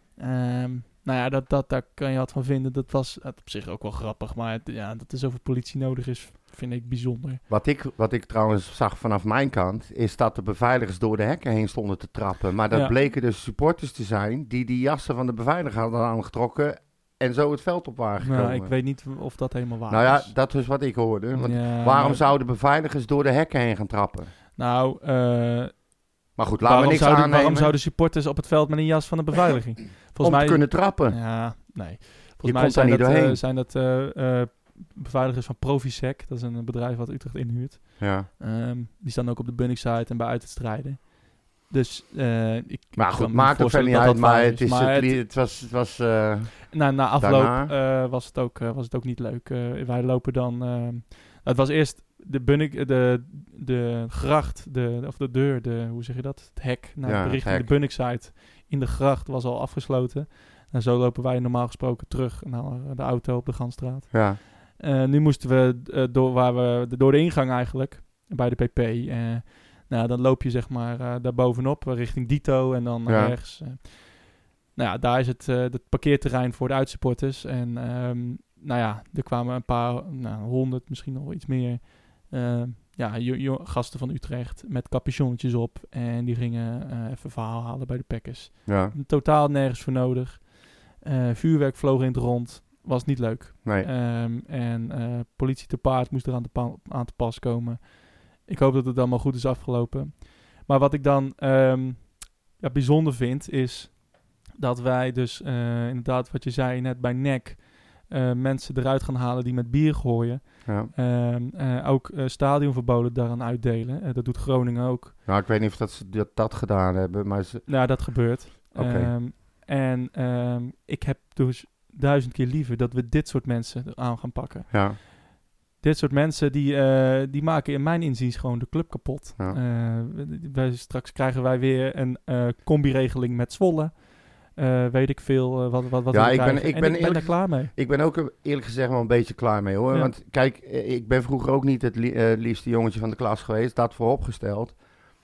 Um, Nou ja, dat, dat, daar kan je wat van vinden. Dat was op zich ook wel grappig. Maar het, ja, dat er zoveel politie nodig is, vind ik bijzonder. Wat ik, wat ik trouwens zag vanaf mijn kant, is dat de beveiligers door de hekken heen stonden te trappen. Maar dat ja. bleken dus supporters te zijn die die jassen van de beveiliger hadden aangetrokken en zo het veld op waren gekomen. Nou, ik weet niet of dat helemaal waar nou is. Nou ja, dat is wat ik hoorde. Want ja, waarom maar... zouden beveiligers door de hekken heen gaan trappen? Nou, uh, Maar goed, laten we niks zouden, aannemen. Waarom zouden supporters op het veld met een jas van de beveiliging? Volgens Om mij, te kunnen trappen. Ja, nee. Volgens Je mij komt daar zijn niet dat, doorheen. uh, zijn dat uh, uh, beveiligers van Provisec. Dat is een bedrijf wat Utrecht inhuurt. Ja. Um, die staan ook op de Bunnik-site en bij uit het strijden. Dus uh, ik Maar goed, maakt ook verder niet uit. Maar, het, is maar het, het, het was... Het was uh, na, na afloop uh, was, het ook, uh, was het ook niet leuk. Uh, wij lopen dan... Uh, het was eerst de Bunnik... De, de gracht, de, of de deur, de, hoe zeg je dat? Het hek naar ja, de richting hek. de Bunnik-site in de gracht was al afgesloten. En zo lopen wij normaal gesproken terug naar de auto op de Gansstraat. Ja. Uh, nu moesten we uh, door, waar we de, door de ingang eigenlijk, bij de P P. Uh, nou, dan loop je zeg maar uh, daar bovenop, richting Dito en dan ja. rechts. Uh, nou ja, daar is het, uh, het parkeerterrein voor de uitsupporters. En um, nou ja, er kwamen een paar, nou, honderd, misschien nog iets meer... Uh, ja, jo- jo- gasten van Utrecht met capuchonnetjes op. En die gingen uh, even verhaal halen bij de Packers. Ja. Totaal nergens voor nodig. Uh, vuurwerk vloog in het rond. Was niet leuk. Nee. Um, en uh, politie te paard moest er aan, de pa- aan te pas komen. Ik hoop dat het allemaal goed is afgelopen. Maar wat ik dan um, ja, bijzonder vind, is dat wij dus uh, inderdaad, wat je zei net bij N E C... Uh, mensen eruit gaan halen die met bier gooien. Ja. Uh, uh, ook uh, stadionverboden daaraan uitdelen. Uh, dat doet Groningen ook. Nou, ik weet niet of dat ze dat, dat gedaan hebben, maar ze... Nou, dat gebeurt. Okay. Um, en um, ik heb dus duizend keer liever dat we dit soort mensen aan gaan pakken. Ja. Dit soort mensen, die, uh, die maken in mijn inziens gewoon de club kapot. Ja. Uh, wij, straks krijgen wij weer een uh, combi-regeling met Zwolle. Uh, weet ik veel uh, wat, wat, wat ja, we ik krijgen. ben, ik en ben ik ben daar klaar mee. Ik ben ook eerlijk gezegd wel een beetje klaar mee, hoor. Ja. Want kijk, ik ben vroeger ook niet het li- uh, liefste jongetje van de klas geweest. Dat vooropgesteld.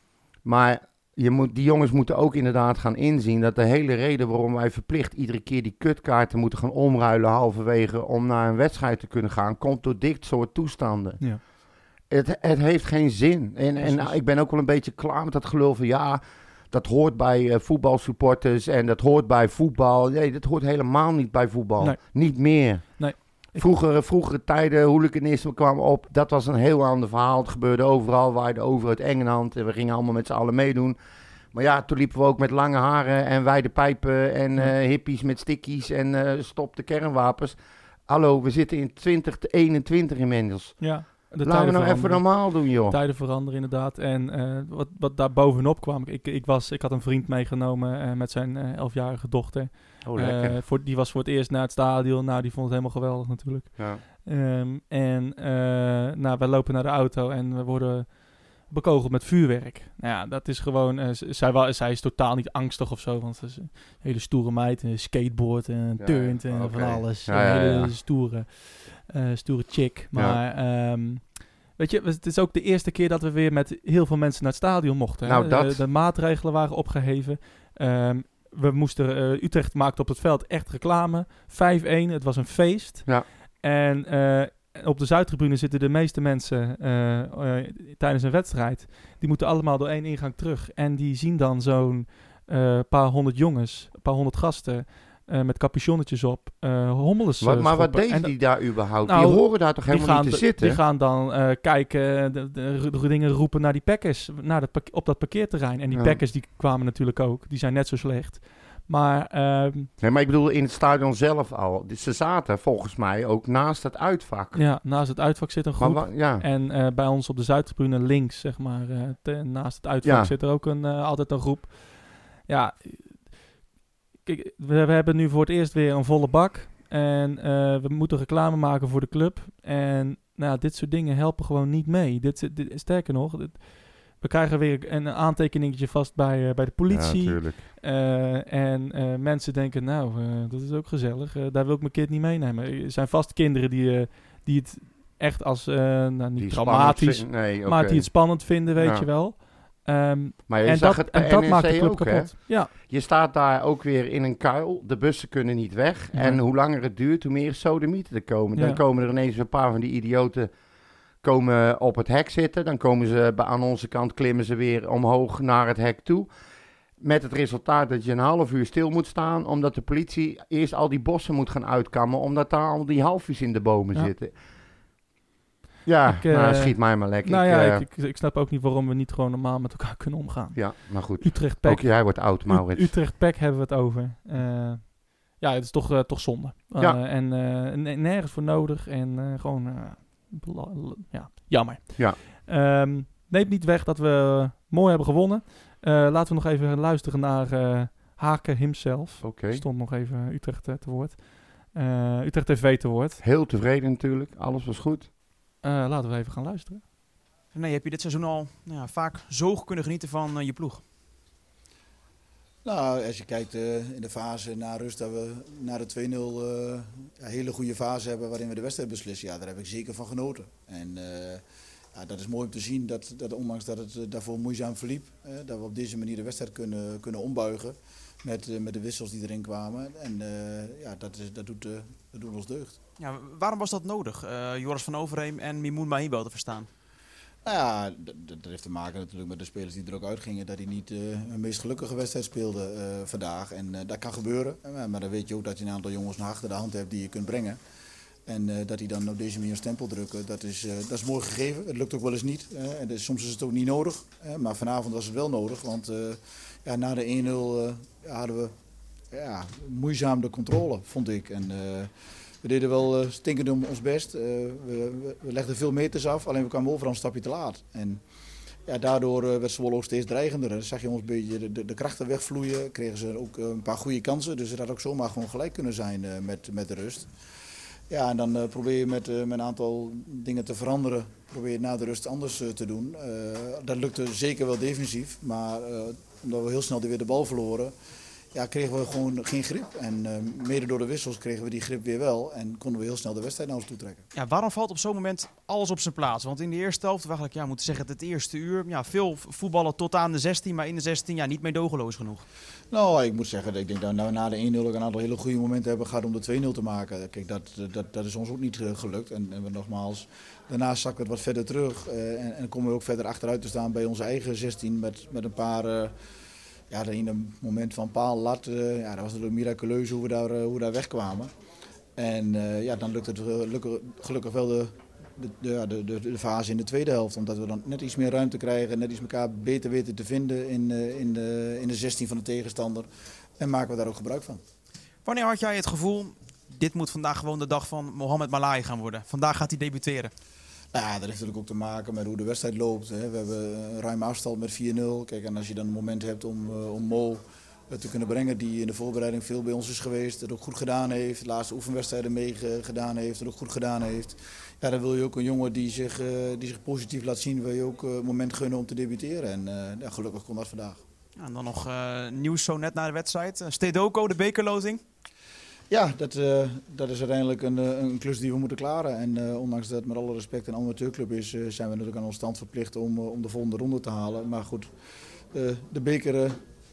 Maar je moet, die jongens moeten ook inderdaad gaan inzien dat de hele reden waarom wij verplicht iedere keer die kutkaarten moeten gaan omruilen halverwege om naar een wedstrijd te kunnen gaan, komt door dit soort toestanden. Ja. Het, het heeft geen zin. En, en nou, ik ben ook wel een beetje klaar met dat gelul van ja... Dat hoort bij uh, voetbalsupporters en dat hoort bij voetbal. Nee, dat hoort helemaal niet bij voetbal. Nee. Niet meer. Nee. Vroeger, vroegere tijden, hooliganisme kwam op. Dat was een heel ander verhaal. Het gebeurde overal, waaide over uit Engeland. En we gingen allemaal met z'n allen meedoen. Maar ja, toen liepen we ook met lange haren en wijde pijpen en uh, hippies met stickies en uh, stop de kernwapens. Hallo, we zitten in twintig eenentwintig inmiddels. Ja. De Laten we nou veranderen. even normaal doen, joh. Tijden veranderen inderdaad. En uh, wat, wat daar bovenop kwam, ik, ik, was, ik had een vriend meegenomen uh, met zijn uh, elfjarige dochter. Oh, lekker. Uh, voor, die was voor het eerst naar het stadion. Nou, die vond het helemaal geweldig natuurlijk. Ja. Um, en uh, nou, wij lopen naar de auto en we worden bekogeld met vuurwerk. Nou ja, dat is gewoon... Uh, zij, wa- zij is totaal niet angstig of zo, want ze is een hele stoere meid. Een skateboard en Ja, turnt en okay. van alles. Ja, ja, een hele ja. stoere, uh, stoere chick. Maar... Ja. Um, weet je, het is ook de eerste keer dat we weer met heel veel mensen naar het stadion mochten. Nou, hè? dat... de, de maatregelen waren opgeheven. Um, we moesten... Uh, Utrecht maakte op het veld echt reclame. vijf-een, het was een feest. Ja. En... Uh, op de Zuidtribune zitten de meeste mensen uh, uh, tijdens een wedstrijd. Die moeten allemaal door één ingang terug. En die zien dan zo'n uh, paar honderd jongens, een paar honderd gasten... Uh, met capuchonnetjes op, uh, hommeles uh, wat, Maar wat schoppen. deden die daar überhaupt? Nou, die horen daar toch helemaal gaan niet te de, zitten? Die gaan dan uh, kijken, de, de, de dingen roepen naar die Packers, naar dat, op dat parkeerterrein. En die ja. Packers die kwamen natuurlijk ook, die zijn net zo slecht. Maar, uh, nee, maar ik bedoel in het stadion zelf al. Ze zaten volgens mij ook naast het uitvak. Ja, naast het uitvak zit een groep. Maar, ja. En uh, bij ons op de Zuidtribune links, zeg maar, uh, te, naast het uitvak ja. zit er ook een, uh, altijd een groep. Ja, kijk, we, we hebben nu voor het eerst weer een volle bak. En uh, we moeten reclame maken voor de club. En nou, dit soort dingen helpen gewoon niet mee. Dit, dit, sterker nog... Dit, we krijgen weer een aantekeningetje vast bij, uh, bij de politie. Ja, natuurlijk. Uh, en uh, mensen denken, nou, uh, dat is ook gezellig. Uh, daar wil ik mijn kind niet meenemen. Er zijn vast kinderen die, uh, die het echt als, uh, nou niet die traumatisch, vind, nee, okay. maar die het spannend vinden, weet ja. je wel. Um, maar je en zag dat, het en dat maakt de club ook, kapot. Ja. Je staat daar ook weer in een kuil. De bussen kunnen niet weg. Ja. En hoe langer het duurt, hoe meer sodemieten er komen. Ja. Dan komen er ineens een paar van die idioten... komen op het hek zitten. Dan komen ze aan onze kant, klimmen ze weer omhoog naar het hek toe. Met het resultaat dat je een half uur stil moet staan, omdat de politie eerst al die bossen moet gaan uitkammen, omdat daar al die halfjes in de bomen ja. zitten. Ja, ik, uh, nou, schiet mij maar lekker. Nou ja, ik, uh, ik, ik, ik snap ook niet waarom we niet gewoon normaal met elkaar kunnen omgaan. Ja, maar goed. Utrecht P E C. Ook jij wordt oud, Maurits. U- Utrecht P E C hebben we het over. Uh, ja, het is toch, uh, toch zonde. Uh, ja. En uh, nergens voor nodig. En uh, gewoon, uh, bla, bla, ja, jammer. Ja. Um, neemt niet weg dat we mooi hebben gewonnen. Uh, laten we nog even luisteren naar uh, Haken himself. Oké. Okay. Stond nog even Utrecht uh, te woord. Uh, Utrecht T V te woord. Heel tevreden natuurlijk. Alles was goed. Uh, laten we even gaan luisteren. Nee, heb je dit seizoen al nou ja, vaak zo kunnen genieten van uh, je ploeg? Nou, als je kijkt uh, in de fase na rust, dat we na de twee nul uh, een hele goede fase hebben waarin we de wedstrijd beslissen. Ja, daar heb ik zeker van genoten. En uh, ja, dat is mooi om te zien dat, dat ondanks dat het uh, daarvoor moeizaam verliep, uh, dat we op deze manier de wedstrijd kunnen, kunnen ombuigen met, uh, met de wissels die erin kwamen. En uh, ja, dat, is, dat, doet, uh, dat doet ons deugd. Ja, waarom was dat nodig, uh, Joris van Overheem en Mimoun Mahibo te verstaan? Nou ja, dat, dat heeft te maken natuurlijk met de spelers die er ook uitgingen. Dat hij niet uh, een meest gelukkige wedstrijd speelde uh, vandaag. En uh, dat kan gebeuren. Uh, maar dan weet je ook dat je een aantal jongens naar achter de hand hebt die je kunt brengen. En uh, dat die dan op deze manier een stempel drukken, dat is, uh, dat is mooi gegeven. Het lukt ook wel eens niet. Uh, en dus, soms is het ook niet nodig. Uh, maar vanavond was het wel nodig. Want uh, ja, na de één nul uh, hadden we ja, moeizaam de controle, vond ik. En, uh, We deden wel uh, stinkend om ons best. Uh, we, we, we legden veel meters af, alleen we kwamen overal een stapje te laat. En ja, daardoor uh, werd Zwolle ook steeds dreigender. Dan zag je ons een beetje de, de, de krachten wegvloeien. Kregen ze ook uh, een paar goede kansen. Dus het had ook zomaar gewoon gelijk kunnen zijn uh, met, met de rust. Ja, en dan uh, probeer je met, uh, met een aantal dingen te veranderen. Probeer je na de rust anders uh, te doen. Uh, dat lukte zeker wel defensief. Maar uh, omdat we heel snel weer de bal verloren, ja, kregen we gewoon geen grip. En uh, mede door de wissels kregen we die grip weer wel. En konden we heel snel de wedstrijd naar ons toe trekken. Ja, waarom valt op zo'n moment alles op zijn plaats? Want in de eerste helft, eigenlijk, ja, moeten zeggen het eerste uur, ja, veel voetballen tot aan de zestien, maar in de zestien ja, niet meedogenloos genoeg. Nou, ik moet zeggen, ik denk dat we nou, na de één nul ook een aantal hele goede momenten hebben gehad om de twee nul te maken. Kijk, dat, dat, dat is ons ook niet gelukt. En, en we nogmaals, daarna zakt het wat verder terug. Uh, en, en komen we ook verder achteruit te staan bij onze eigen zestien met, met een paar... Uh, Ja, in een moment van paal, lat, uh, ja, dat was natuurlijk miraculeus hoe we daar, uh, hoe we daar wegkwamen. En uh, ja, dan lukt het gelukkig, gelukkig wel de, de, de, de, de fase in de tweede helft. Omdat we dan net iets meer ruimte krijgen, net iets elkaar beter weten te vinden in, uh, in, de, in de zestien van de tegenstander. En maken we daar ook gebruik van. Wanneer had jij het gevoel, dit moet vandaag gewoon de dag van Mohamed Malai gaan worden? Vandaag gaat hij debuteren. Nou ja, dat heeft natuurlijk ook te maken met hoe de wedstrijd loopt. Hè. We hebben een ruime afstand met vier nul. Kijk, en als je dan een moment hebt om, uh, om Mo te kunnen brengen, die in de voorbereiding veel bij ons is geweest, het ook goed gedaan heeft, de laatste oefenwedstrijden mee gedaan heeft, het ook goed gedaan heeft. Ja, dan wil je ook een jongen die zich, uh, die zich positief laat zien, wil je ook uh, een moment gunnen om te debuteren. En uh, ja, gelukkig kon dat vandaag. Ja, en dan nog uh, nieuws zo net na de wedstrijd. Uh, Stedoko, de bekerloting. Ja, dat, uh, dat is uiteindelijk een, een klus die we moeten klaren. En uh, ondanks dat het met alle respect een amateurclub is, uh, zijn we natuurlijk aan ons stand verplicht om, uh, om de volgende ronde te halen. Maar goed, uh, de beker uh,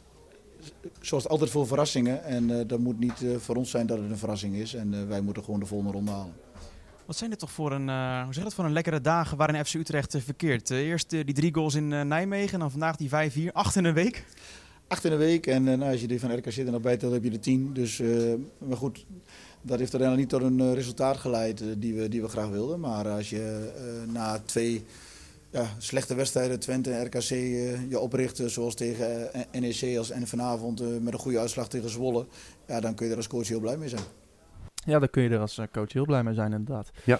zorgt altijd voor verrassingen. En uh, dat moet niet uh, voor ons zijn dat het een verrassing is. En uh, wij moeten gewoon de volgende ronde halen. Wat zijn dit toch voor een, uh, hoe zeg dat, voor een lekkere dagen waarin F C Utrecht uh, verkeert? Uh, eerst uh, die drie goals in uh, Nijmegen en dan vandaag die vijf vier, acht in een week. Acht in een week en uh, nou, als je die van R K C er nog bij telt, heb je de tien. Dus, uh, maar goed, dat heeft uiteindelijk niet tot een uh, resultaat geleid uh, die, we, die we graag wilden. Maar als je uh, na twee ja, slechte wedstrijden, Twente en R K C, uh, je opricht uh, zoals tegen uh, N E C als, en vanavond uh, met een goede uitslag tegen Zwolle, ja, dan kun je er als coach heel blij mee zijn. Ja, daar kun je er als uh, coach heel blij mee zijn, inderdaad. Ja.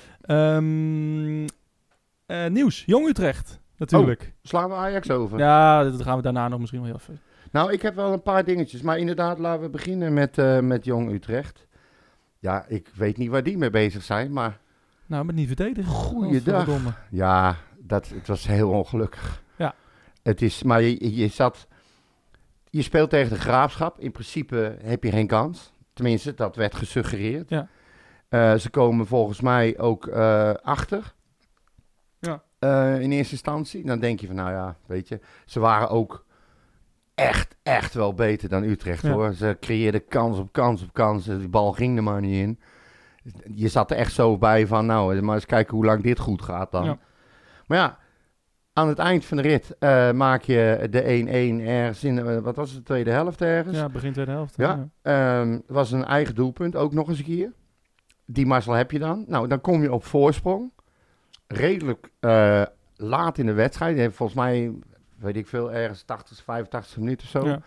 Um, uh, nieuws, Jong Utrecht, natuurlijk. Oh, slaan we Ajax over? Ja, dat gaan we daarna nog misschien wel heel even. Nou, ik heb wel een paar dingetjes. Maar inderdaad, laten we beginnen met, uh, met Jong Utrecht. Ja, ik weet niet waar die mee bezig zijn, maar... Nou, met niet verdedigen. Goeiedag. Ja, dat, het was heel ongelukkig. Ja. Het is, maar je, je zat... Je speelt tegen de Graafschap. In principe heb je geen kans. Tenminste, dat werd gesuggereerd. Ja. Uh, ze komen volgens mij ook uh, achter. Ja. Uh, in eerste instantie. Dan denk je van, nou ja, weet je... Ze waren ook... Echt, echt wel beter dan Utrecht, ja. hoor. Ze creëerden kans op kans op kans. Die bal ging er maar niet in. Je zat er echt zo bij van, nou, maar eens kijken hoe lang dit goed gaat dan. Ja. Maar ja, aan het eind van de rit uh, maak je de één-één ergens in, uh, wat was het, de tweede helft ergens? Ja, begin tweede helft. Ja, ja. Um, het was een eigen doelpunt, ook nog eens een keer. Die mazzel heb je dan. Nou, dan kom je op voorsprong. redelijk uh, laat in de wedstrijd. Volgens mij, weet ik veel, ergens tachtig, vijfentachtig minuten of zo. Ja.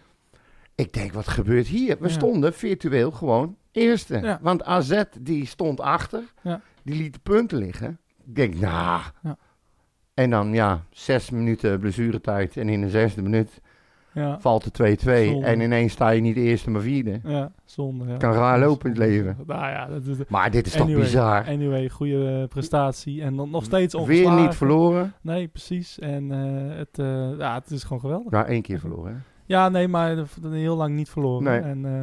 Ik denk, wat gebeurt hier? We ja. stonden virtueel gewoon eerste. Ja. Want A Z die stond achter. Ja. Die liet de punten liggen. Ik denk, nou... Nah. Ja. En dan, ja, zes minuten blessuretijd. En in de zesde minuut ja. valt de twee-twee. Zonde. En ineens sta je niet eerste, maar vierde. Ja, zonde. Ja. Kan raar lopen in het leven. Nou ja, dat is de... Maar dit is anyway, toch bizar. Anyway, goede uh, prestatie. En dan nog steeds ongeslagen. Weer niet verloren. Nee, precies. En uh, het, uh, ja, het is gewoon geweldig. Ja, één keer verloren, hè? Ja, nee, maar heel lang niet verloren. Nee. En, uh,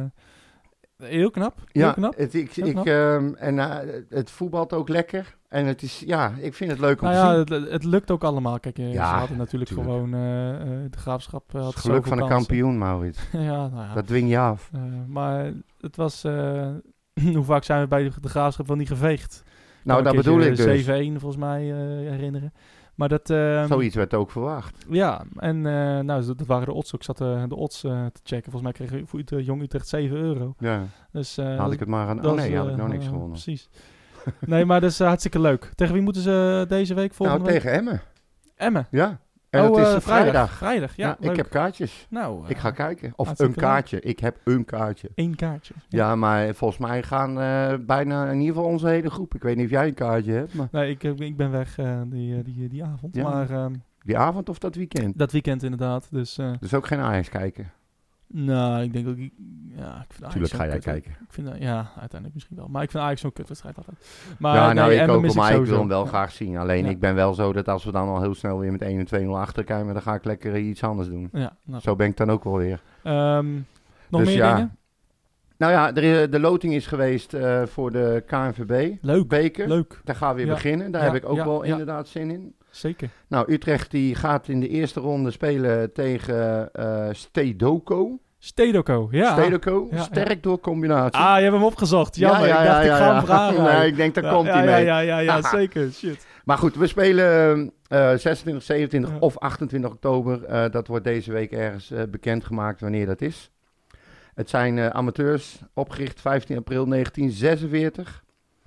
heel knap. Heel ja, knap. Het, ik, heel ik, knap. Um, en uh, het voetbalt ook lekker. En het is, ja, ik vind het leuk om nou te ja, zien. Het, het lukt ook allemaal. Kijk, ja, ze hadden natuurlijk tuurlijk. gewoon uh, de Graafschap. Uh, had het geluk van een kampioen, Maurits. ja, nou ja. Dat dwing je af. Uh, maar het was, uh, hoe vaak zijn we bij de, de Graafschap wel niet geveegd? Nou, dat bedoel ik dus. zeven-een volgens mij uh, herinneren. Maar dat, uh, Zoiets werd ook verwacht. Ja, en uh, nou, dat waren de odds ook. Ik zat uh, de odds uh, te checken. Volgens mij kreeg ik voor Utrecht, Jong Utrecht zeven euro. Ja, dus, uh, had ik het maar aan... Oh nee, uh, had ik nog niks uh, gewonnen. Precies. Nee, maar dat is uh, hartstikke leuk. Tegen wie moeten ze deze week volgende Nou, week? tegen Emmen. Emmen? Ja. En oh, het is uh, uh, vrijdag. vrijdag. Vrijdag, ja. ja ik heb kaartjes. Nou, uh, ik ga kijken. Of een kaartje. Leuk. Ik heb een kaartje. Eén kaartje. Ja, ja maar volgens mij gaan uh, bijna in ieder geval onze hele groep. Ik weet niet of jij een kaartje hebt. Maar... Nee, ik, ik ben weg uh, die, die, die avond. Ja. Maar, uh, die avond of dat weekend? Dat weekend inderdaad. Dus, uh, dus ook geen Ajax kijken? Nou, ik denk ook... Ja, ik vind Tuurlijk ga jij kut, kijken. Ik vind, ja, uiteindelijk misschien wel. Maar ik vind Ajax zo'n kutwedstrijd altijd. Maar, ja, nou, nee, ik ook, maar ik wil hem wel ja. graag zien. Alleen ja. ik ben wel zo dat als we dan al heel snel weer met één en twee nul achter komen, dan ga ik lekker iets anders doen. Ja, nou. Zo ben ik dan ook wel weer. Um, nog dus meer ja. dingen? Nou ja, de, de loting is geweest uh, voor de K N V B. Leuk. Beker. Leuk. Daar gaan we weer ja. beginnen. Daar ja, heb ik ook ja, wel ja. inderdaad zin in. Zeker. Nou, Utrecht die gaat in de eerste ronde spelen tegen uh, Stedoco. Stedoco, ja. Stedoco, ja, sterk ja. door combinatie. Ah, je hebt hem opgezocht. Jammer, ja, ja, ik dacht ja, ik ga ja. hem vragen. Nee, ik denk daar ja, komt ja, hij ja, mee. Ja, ja, ja, ja zeker. Shit. Maar goed, we spelen uh, zesentwintig, zevenentwintig ja. of achtentwintig oktober. Uh, dat wordt deze week ergens uh, bekendgemaakt wanneer dat is. Het zijn uh, amateurs, opgericht vijftien april negentien zesenveertig.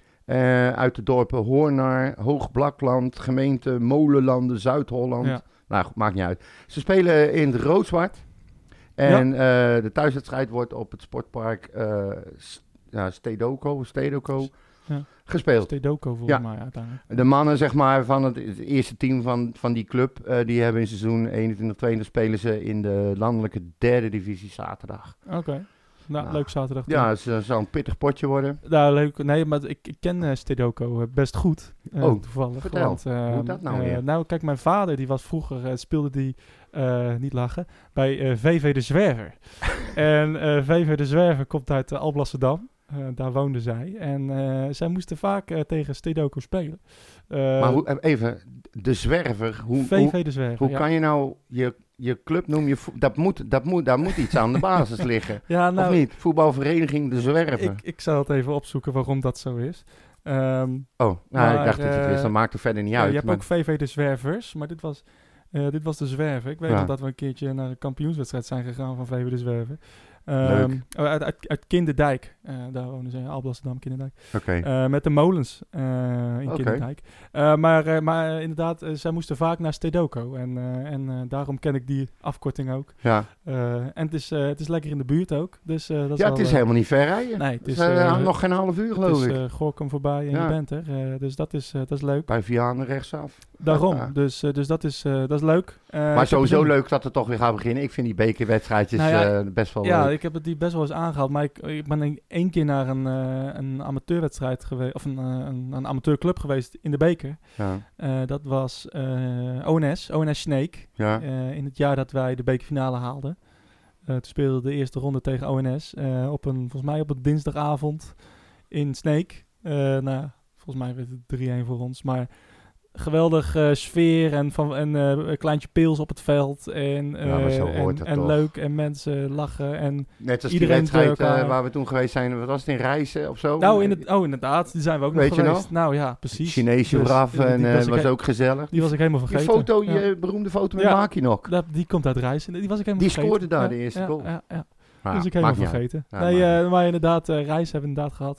Uh, uit de dorpen Hoornaar, Hoogblakland, gemeente Molenlanden, Zuid-Holland. Ja. Nou, maakt niet uit. Ze spelen in het rood-zwart. En ja. uh, de thuiswedstrijd wordt op het sportpark uh, st- ja, Stedoco, Stedoco ja. gespeeld. Stedoco volgens ja. mij uiteindelijk. De mannen zeg maar, van het, het eerste team van, van die club, uh, die hebben in seizoen eenentwintig tweeëntwintig spelen ze in de landelijke derde divisie zaterdag. Oké. Okay. Nou, nou, leuk zaterdag. Ja, het uh, zal een pittig potje worden. Nou, leuk. Nee, maar ik, ik ken uh, Stedoco uh, best goed. Uh, oh, toevallig. Vertel, want, uh, hoe dat nou weer? Uh, nou, kijk, mijn vader die was vroeger, uh, speelde die, uh, niet lachen, bij uh, V V de Zwerver. en uh, V V de Zwerver komt uit uh, Alblasserdam. Uh, daar woonden zij. En uh, zij moesten vaak uh, tegen Stedoco spelen. Uh, maar hoe, even, de Zwerver. Hoe, V V de Zwerver, Hoe ja. kan je nou je, je club noemen? Je vo- dat moet, dat moet, daar moet iets aan de basis liggen. Ja, nou, of niet? Voetbalvereniging de Zwerver. Ik, ik zal het even opzoeken waarom dat zo is. Um, oh, nou, maar, ik dacht dat het is. Dat maakt er verder niet ja, uit. Je hebt maar... ook V V de Zwervers, maar dit was, uh, dit was de Zwerver. Ik weet ja. nog dat we een keertje naar de kampioenswedstrijd zijn gegaan van V V de Zwerver. Um, uit, uit, uit Kinderdijk. Uh, daar wonen ze in Alblasserdam, Kinderdijk. Okay. Uh, met de molens uh, in okay. Kinderdijk. Uh, maar, uh, maar uh, inderdaad, uh, zij moesten vaak naar Stedoco. En, uh, en uh, daarom ken ik die afkorting ook. Ja. Uh, en het is, uh, het is lekker in de buurt ook. Dus, uh, dat is ja, wel, het is uh, helemaal niet ver rijden. Nee, het is uh, uh, nog geen half uur, geloof ik. Het is uh, Gorkum voorbij en ja. je bent er. Uh, dus dat is, uh, dat is leuk. Bij Vianen rechtsaf. Daarom. Ja. Dus, uh, dus dat, is, uh, dat is leuk. Uh, maar sowieso leuk dat het toch weer gaat beginnen. Ik vind die bekerwedstrijdjes nou ja, uh, best wel ja, leuk. Ja, ik heb het die best wel eens aangehaald. Maar ik, ik ben één keer naar een, uh, een amateurwedstrijd geweest. Of een, uh, een, een amateurclub geweest in de beker. Ja. Uh, dat was uh, O N S. O N S Snake. Ja. Uh, in het jaar dat wij de bekerfinale haalden. Uh, toen speelde de eerste ronde tegen O N S. Uh, op een, volgens mij op een dinsdagavond in Snake. Uh, nou, volgens mij werd het drie-een voor ons. Maar geweldig uh, sfeer en, van, en uh, een kleintje pils op het veld. En, uh, ja, zo hoort en, het en toch. leuk en mensen lachen. En net als iedereen die wedstrijd uh, waar we toen geweest zijn. Wat was het, in Rijssen of zo? Nou, in het, oh inderdaad. Die zijn we ook Weet nog je geweest. Nog? Nou ja, precies. Chinese dus, raf en die was, uh, was he- ook gezellig. Die was ik helemaal vergeten. Die foto, je ja. beroemde foto met ja, Makinok. Dat, die komt uit Rijssen. Die was ik helemaal die vergeten. Die scoorde daar ja, de eerste ja, goal. Ja, ja. Ah, dus ik helemaal vergeten. Ja, nee, uh, maar inderdaad, uh, Rijssen hebben we inderdaad gehad.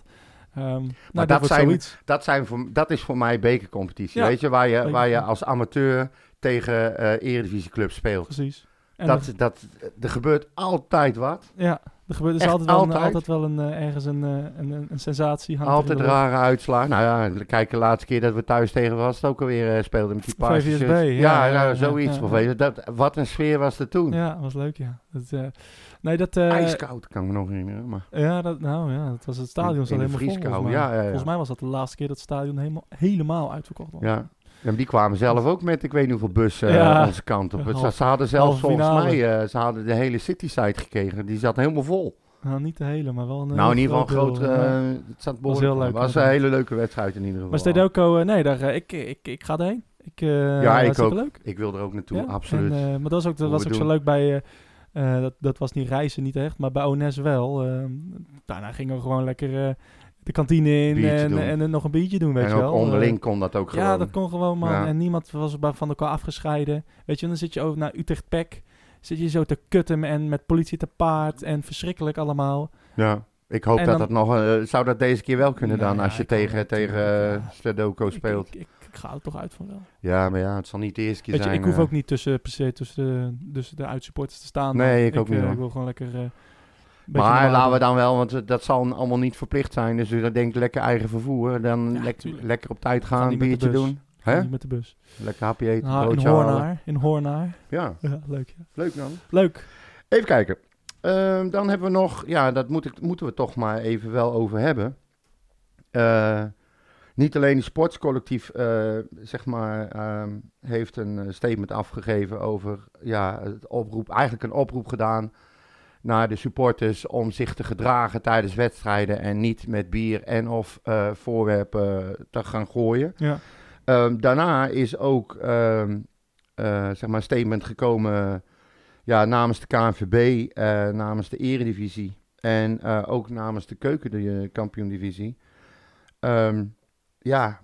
Um, nou, maar dat, dat, zijn, zoiets. dat, zijn voor, dat is voor mij bekercompetitie. Ja, weet je, waar je, beker. waar je als amateur tegen uh, eredivisieclubs speelt. Precies. En Dat, er, dat, er gebeurt altijd wat. ja, er gebeurt dus Echt altijd wel, altijd. Een, altijd wel een, uh, ergens een, uh, een, een, een sensatie. hangt Altijd er in de lucht. rare uitslagen. Nou ja, kijk, de laatste keer dat we thuis tegen was, het ook alweer uh, speelden met die V paarse V S B, shirts. ja, Ja, ja, nou, ja, zoiets. ja, Of ja. weet je, dat, wat een sfeer was er toen. Ja, was leuk, ja. Dat, uh, nee, dat, uh, IJskoud, kan ik me nog herinneren. Maar Ja, dat, nou ja, dat was het stadion In- zat in de helemaal vol. vrieskou, volgens mij. ja, ja, ja. Volgens mij was dat de laatste keer dat het stadion helemaal, helemaal uitverkocht was. ja. En die kwamen zelf ook met, ik weet niet hoeveel bussen uh, Ja. onze kant op. Half- Ze, ze hadden zelfs halve volgens finale. mij, uh, ze hadden de hele City-site gekregen. Die zat helemaal vol. Nou, niet de hele, maar wel een nou, in heel ieder geval een groot groot, deel, uh, ja. het zat Was behoorlijk. heel leuk, Het was een inderdaad. hele leuke wedstrijd in ieder geval. Maar Stedoco, uh, nee, daar, uh, ik, ik, ik ga erheen. Ik, uh, Ja, ik hartstikke ook. leuk. Ik wil er ook naartoe, Ja, absoluut. En, uh, maar dat was ook, dat Hoe was we ook zo doen. leuk bij, uh, uh, dat, dat was niet reizen, niet echt, maar bij O N S wel. Uh, daarna gingen we gewoon lekker uh, de kantine in Biertje en, doen. en, en nog een biertje doen, weet en je ook wel. onderling Uh, kon dat ook gewoon. Ja, dat kon gewoon, man. Ja. En niemand was bij- van elkaar afgescheiden. Weet je, dan zit je over naar Utrecht Pek. Zit je zo te kutten en met politie te paard. En verschrikkelijk allemaal. Ja. Ik hoop En dat dan- dat nog... uh, zou dat deze keer wel kunnen Nou dan, ja, als je ik hoop tegen, het tegen natuurlijk, uh, ja. Stedoco Ik, speelt? ik, ik, ik ga er toch uit van wel. Ja, maar ja, het zal niet de eerste keer Weet je, zijn. ik hoef uh, ook niet tussen, per se tussen de, tussen de uitsupporters te staan. Nee, ik ook uh, niet, hoor. Ik wil gewoon lekker... uh, een beetje Maar normaal laten we doen. dan wel, want dat zal allemaal niet verplicht zijn. Dus ik denk lekker eigen vervoer. Dan Ja, lek- tuurlijk. lekker op tijd Ga gaan, niet een met de biertje bus. doen. Ga Hè? niet met de bus. Lekker hapje eten, Ha- in broodje halen. Hoornaar. In Hoornaar. Ja, Ja, leuk. Ja. leuk dan. Leuk. Even kijken. Ehm, dan hebben we nog, ja, dat moet ik, moeten we toch maar even wel over hebben. Eh, niet alleen de sportscollectief, eh, zeg maar, ehm, heeft een eh, statement afgegeven over, ja, het oproep, eigenlijk een oproep gedaan naar de supporters om zich te gedragen tijdens wedstrijden en niet met bier en of eh, voorwerpen te gaan gooien. Ja. Ehm, daarna is ook ehm, eh, zeg maar een statement gekomen ja, namens de K N V B, eh, namens de Eredivisie en eh, ook namens de Keukenkampioen-divisie. Ehm, ja,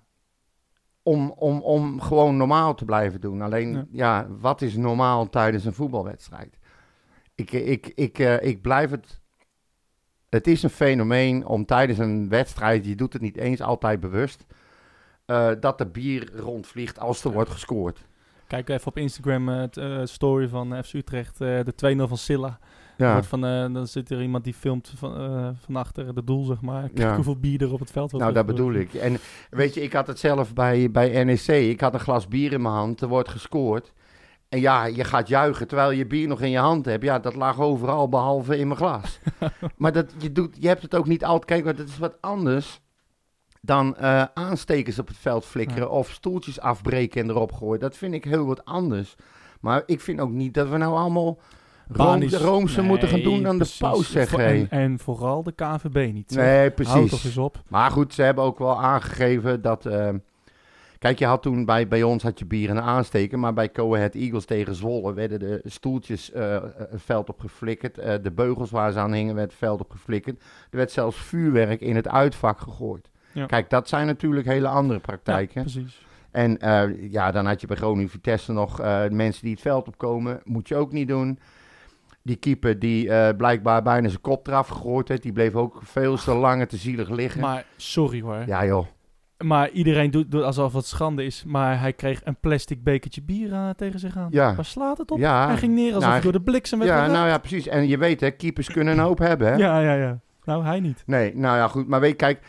om, om, om gewoon normaal te blijven doen. Alleen, ja. Ja. ja, wat is normaal tijdens een voetbalwedstrijd? Ik, ik, ik, uh, ik blijf het... Het is een fenomeen om tijdens een wedstrijd, je doet het niet eens altijd bewust, uh, dat er bier rondvliegt als er wordt gescoord. Kijk even op Instagram het uh, story van uh, F C Utrecht, uh, de twee nul van Silla. Ja. Wordt van, uh, dan zit er iemand die filmt van, uh, van achter het doel, zeg maar. Kijk Ja. hoeveel bier er op het veld wordt. Nou, dat bedoel ik. En weet je, ik had het zelf bij, bij N E C. Ik had een glas bier in mijn hand, er wordt gescoord. En ja, je gaat juichen terwijl je bier nog in je hand hebt. Ja, dat lag overal behalve in mijn glas. Maar dat, je, doet, je hebt het ook niet altijd... Kijk, dat is wat anders dan uh, aanstekers op het veld flikkeren... Ja. Of stoeltjes afbreken en erop gooien. Dat vind ik heel wat anders. Maar ik vind ook niet dat we nou allemaal... Room, de Roomse nee, moeten gaan doen dan precies. De paus zeggen. En, en vooral de K N V B niet. Zeg. Nee, precies. Houd toch eens op. Maar goed, ze hebben ook wel aangegeven dat... Uh, kijk, je had toen bij, bij ons had je bier en aansteken... maar bij Go Ahead Eagles tegen Zwolle... werden de stoeltjes uh, het veld op geflikkerd. Uh, de beugels waar ze aan hingen werd het veld op geflikkerd. Er werd zelfs vuurwerk in het uitvak gegooid. Ja. Kijk, dat zijn natuurlijk hele andere praktijken. Ja, precies. En uh, ja, dan had je bij Groningen Vitesse nog uh, mensen die het veld opkomen. Moet je ook niet doen. Die keeper die uh, blijkbaar bijna zijn kop eraf gegooid heeft... die bleef ook veel te lang en te zielig liggen. Maar sorry hoor. Ja joh. Maar iedereen doet, doet alsof het schande is. Maar hij kreeg een plastic bekertje bier uh, tegen zich aan. Ja. Waar slaat het op? Ja. Hij ging neer alsof nou, hij door de bliksem werd Ja, geraakt. nou ja, precies. En je weet hè, keepers kunnen een hoop hebben hè. Ja, ja, ja. Nou, hij niet. Nee, nou ja, goed. Maar weet je, kijk...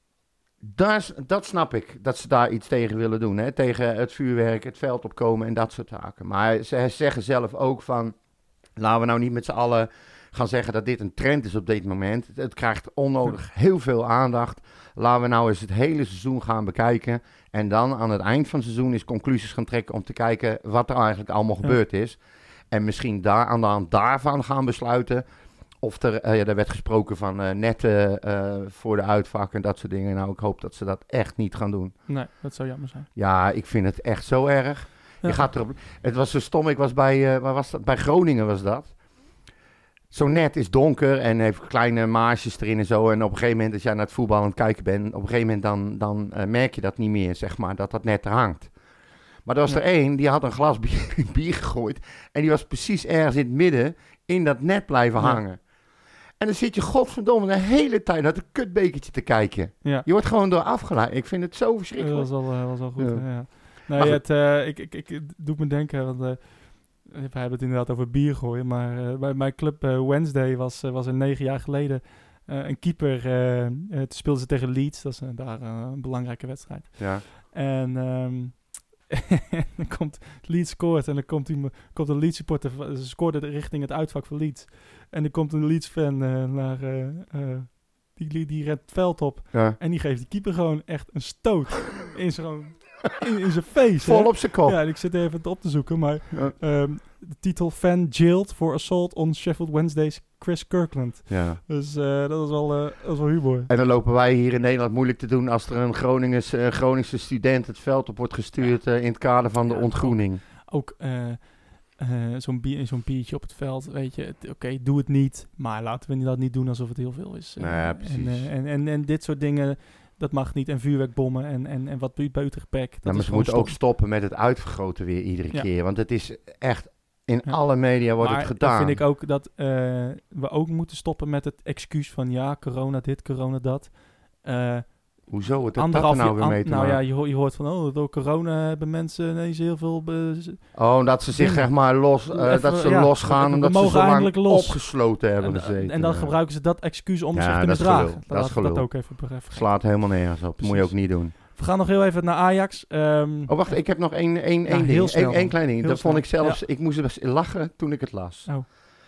Daar, dat snap ik, dat ze daar iets tegen willen doen. Hè? Tegen het vuurwerk, het veld opkomen en dat soort zaken. Maar ze zeggen zelf ook van... Laten we nou niet met z'n allen gaan zeggen dat dit een trend is op dit moment. Het, het krijgt onnodig heel veel aandacht. Laten we nou eens het hele seizoen gaan bekijken. En dan aan het eind van het seizoen eens conclusies gaan trekken... om te kijken wat er eigenlijk allemaal ja. gebeurd is. En misschien daar, aan de hand daarvan gaan besluiten... Of er, uh, ja, er werd gesproken van uh, netten uh, voor de uitvak en dat soort dingen. Nou, ik hoop dat ze dat echt niet gaan doen. Nee, dat zou jammer zijn. Ja, ik vind het echt zo erg. Ja. Je gaat erop, het was zo stom, ik was bij, uh, waar was dat? Bij Groningen was dat. Zo'n net is donker en heeft kleine maasjes erin en zo. En op een gegeven moment, als jij naar het voetbal aan het kijken bent... op een gegeven moment dan, dan uh, merk je dat niet meer, zeg maar, dat dat net er hangt. Maar er was ja. er één, die had een glas bier, bier gegooid... en die was precies ergens in het midden in dat net blijven ja. hangen. En dan zit je godverdomme de hele tijd naar het kutbekertje te kijken. Ja. Je wordt gewoon door afgeleid. Ik vind het zo verschrikkelijk. Dat was al, uh, was al goed. Ja. Ja. Nee, het, uh, ik, ik, ik, het doet me denken, want uh, we hebben het inderdaad over bier gooien, maar uh, bij mijn club uh, Wednesday was, uh, was er negen jaar geleden uh, een keeper. Uh, uh, toen speelden ze tegen Leeds, dat is uh, daar uh, een belangrijke wedstrijd. Ja. En um, dan komt Leeds scoort en dan komt, die, komt een Leeds supporter, ze scoorde richting het uitvak van Leeds. En dan komt een Leeds fan uh, naar, uh, uh, die, die rent het veld op ja. en die geeft die keeper gewoon echt een stoot in zijn in, in zijn face. Vol hè? op zijn kop. Ja, en ik zit even het op te zoeken, maar ja. um, de titel fan jailed for assault on Sheffield Wednesday's Chris Kirkland. Ja. Dus uh, dat is wel, uh, dat is wel humor. En dan lopen wij hier in Nederland moeilijk te doen als er een Groningens, uh, Groningse student het veld op wordt gestuurd uh, in het kader van de ja, ontgroening. Ook uh, uh, zo'n, bier, zo'n biertje op het veld, weet je. Oké, okay, doe het niet, maar laten we dat niet doen alsof het heel veel is. Uh, ja, precies. En, uh, en, en, en dit soort dingen, dat mag niet. En vuurwerkbommen en, en, en wat bij Utrecht Pack. Ja, maar ze moeten ook stoppen met het uitvergroten weer iedere ja. keer. Want het is echt, in ja. alle media wordt maar het gedaan. Maar vind ik ook dat uh, we ook moeten stoppen met het excuus van ja, corona dit, corona dat. Uh, Hoezo? Wat heeft dat er nou weer mee te nou maken? Ja, je, ho- je hoort van, oh, door corona hebben mensen ineens heel veel... Be- oh, dat ze zich zeg maar los, uh, Even, dat ze ja, losgaan omdat ze zo lang los. opgesloten hebben en, gezeten. En dan ja. gebruiken ze dat excuus om ja, zich te misdragen. Dat is gelul. Dat ook even begrijpen. Slaat helemaal nergens op. Dat moet je ook niet doen. We gaan nog heel even naar Ajax. Um, oh, wacht, ik heb nog één, één, ja, één heel ding. snel. Eén, één klein ding. Heel dat snel. vond ik zelfs... Ja. Ik moest lachen toen ik het las. Oh.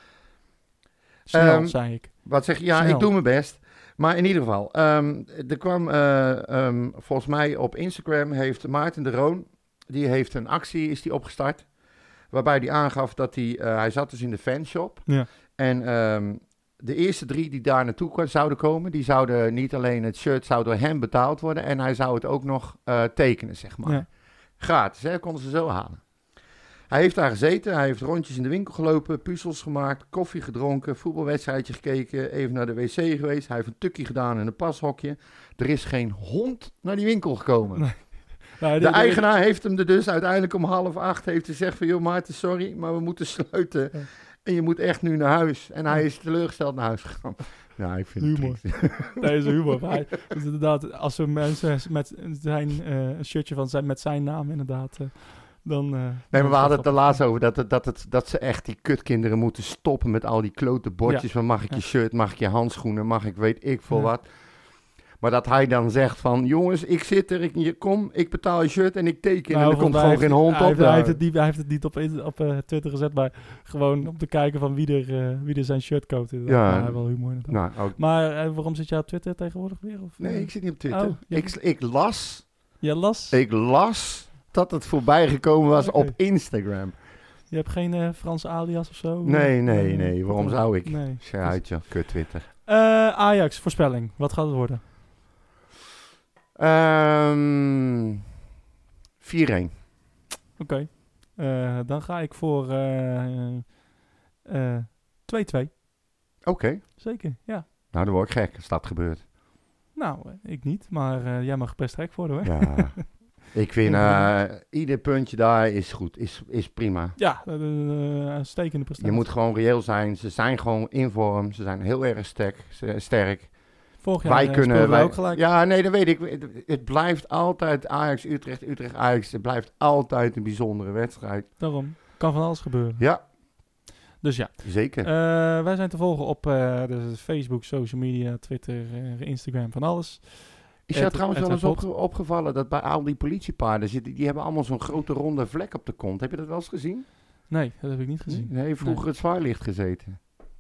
Snel, um, zei ik. Wat zeg je? Ja, snel. Ik doe mijn best. Maar in ieder geval, um, er kwam uh, um, volgens mij op Instagram heeft Maarten de Roon, die heeft een actie, is die opgestart, waarbij hij aangaf dat hij, uh, hij zat dus in de fanshop. Ja. En um, de eerste drie die daar naartoe zouden komen, die zouden niet alleen het shirt zou door hem betaald worden en hij zou het ook nog uh, tekenen, zeg maar. Ja. Gratis, hè, konden ze zo halen. Hij heeft daar gezeten, hij heeft rondjes in de winkel gelopen, puzzels gemaakt, koffie gedronken, voetbalwedstrijdje gekeken, even naar de wc geweest. Hij heeft een tukkie gedaan in een pashokje. Er is geen hond naar die winkel gekomen. Nee. Nou, de, de eigenaar de... heeft hem er dus uiteindelijk om half acht heeft gezegd van, joh Maarten, sorry, maar we moeten sluiten. Ja. En je moet echt nu naar huis. En hij is teleurgesteld naar huis gegaan. Ja, ik vind humor. Het dat is humor. Hij, dus inderdaad, als we mensen met zijn uh, een shirtje van zijn, met zijn naam inderdaad... Uh, Dan, uh, nee, maar we hadden het er laatst over dat, het, dat, het, dat ze echt die kutkinderen moeten stoppen met al die klote bordjes ja. van mag ik ja. je shirt, mag ik je handschoenen, mag ik weet ik veel ja. wat. Maar dat hij dan zegt van jongens, ik zit er, ik, je, kom, ik betaal je shirt en ik teken nou, en er komt gewoon geen hond hij op. Heeft, hij, heeft het niet, hij heeft het niet op, op uh, Twitter gezet, maar gewoon om te kijken van wie er, uh, wie er zijn shirt koopt. Dat ja. Ja, wel humor nou, ook. Maar uh, waarom zit jij op Twitter tegenwoordig weer? Of, nee, uh? ik zit niet op Twitter. Oh, ik, ik las. Je las? Ik las... dat het voorbij gekomen was okay. op Instagram. Je hebt geen uh, Franse alias of zo? Nee, nee, nee. Waarom uh, zou ik? Nee. Schij uit, joh. Kut Twitter. Uh, Ajax, voorspelling. Wat gaat het worden? Um, vier-een. Oké. Okay. Uh, dan ga ik voor uh, uh, twee-twee. Oké. Okay. Zeker, ja. Nou, dan word ik gek als dat gebeurt. Nou, ik niet. Maar uh, jij mag best gek worden, hoor. Ja. Ik vind uh, ieder puntje daar is goed, is, is prima. Ja, uh, uh, stekende prestatie. Je moet gewoon reëel zijn. Ze zijn gewoon in vorm. Ze zijn heel erg sterk. sterk. Vorig jaar wij uh, kunnen wij ook gelijk. Ja, nee, dat weet ik. Het, het blijft altijd Ajax, Utrecht, Utrecht, Ajax. Het blijft altijd een bijzondere wedstrijd. Daarom. Kan van alles gebeuren. Ja. Dus ja. Zeker. Uh, wij zijn te volgen op uh, de Facebook, social media, Twitter, uh, Instagram, van alles. Is jou trouwens wel eens opge- opgevallen dat bij al die politiepaarden zitten, die hebben allemaal zo'n grote ronde vlek op de kont. Heb je dat wel eens gezien? Nee, dat heb ik niet gezien. Nee, vroeger nee. het zwaarlicht gezeten.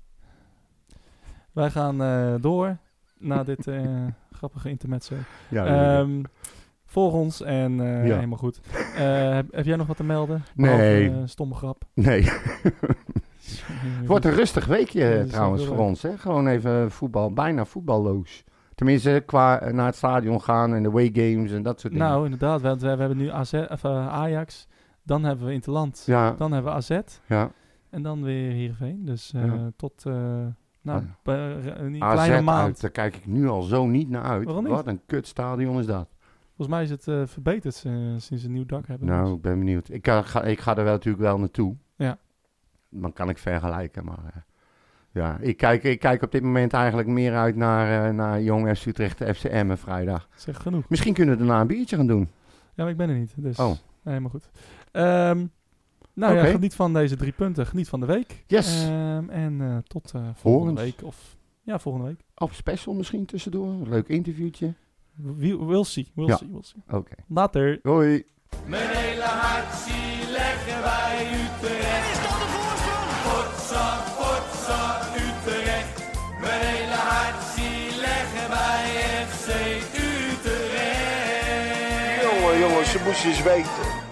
Wij gaan uh, door na dit uh, grappige intermezzo. Ja, um, volg ons en uh, ja. helemaal goed. Uh, heb, heb jij nog wat te melden? Nee. Behalve, uh, stomme grap. Nee. Het wordt een rustig weekje ja, trouwens voor ons. Hè? Gewoon even voetbal, bijna voetballoos. Tenminste, qua uh, naar het stadion gaan en de away games en dat soort dingen. Nou, inderdaad. We, we hebben nu A Z, of, uh, Ajax. Dan hebben we Interland. Ja. Dan hebben we A Z. Ja. En dan weer Heerenveen. Dus uh, ja. tot uh, nou, ja. een A Z kleine maand. Uit, daar kijk ik nu al zo niet naar uit. Waarom niet? Wat een kutstadion is dat. Volgens mij is het uh, verbeterd uh, sinds een nieuw dak hebben. Nou, dus. ik ben benieuwd. Ik ga, ga, ik ga er wel natuurlijk wel naartoe. Ja. Dan kan ik vergelijken, maar... Uh, Ja, ik kijk, ik kijk op dit moment eigenlijk meer uit naar, uh, naar Jong F C Utrecht, F C Emmen vrijdag. Zeg genoeg. Misschien kunnen we daarna een biertje gaan doen. Ja, maar ik ben er niet. Dus oh. helemaal goed. Um, nou okay. ja, geniet van deze drie punten. Geniet van de week. Yes. Um, en uh, tot uh, volgende Horens. week. Of ja, volgende week. Of special misschien tussendoor. Leuk interviewtje. We, we'll see. We'll ja. see. We'll see. Oké. Okay. Later. Hoi. Mijn hele hart zie leggen wij Utrecht. Is dat de voorsprong? Potsa, potsa, Utrecht. Mijn hele hart zie leggen wij F C Utrecht. Jongen, jongen, ze moesten eens weten.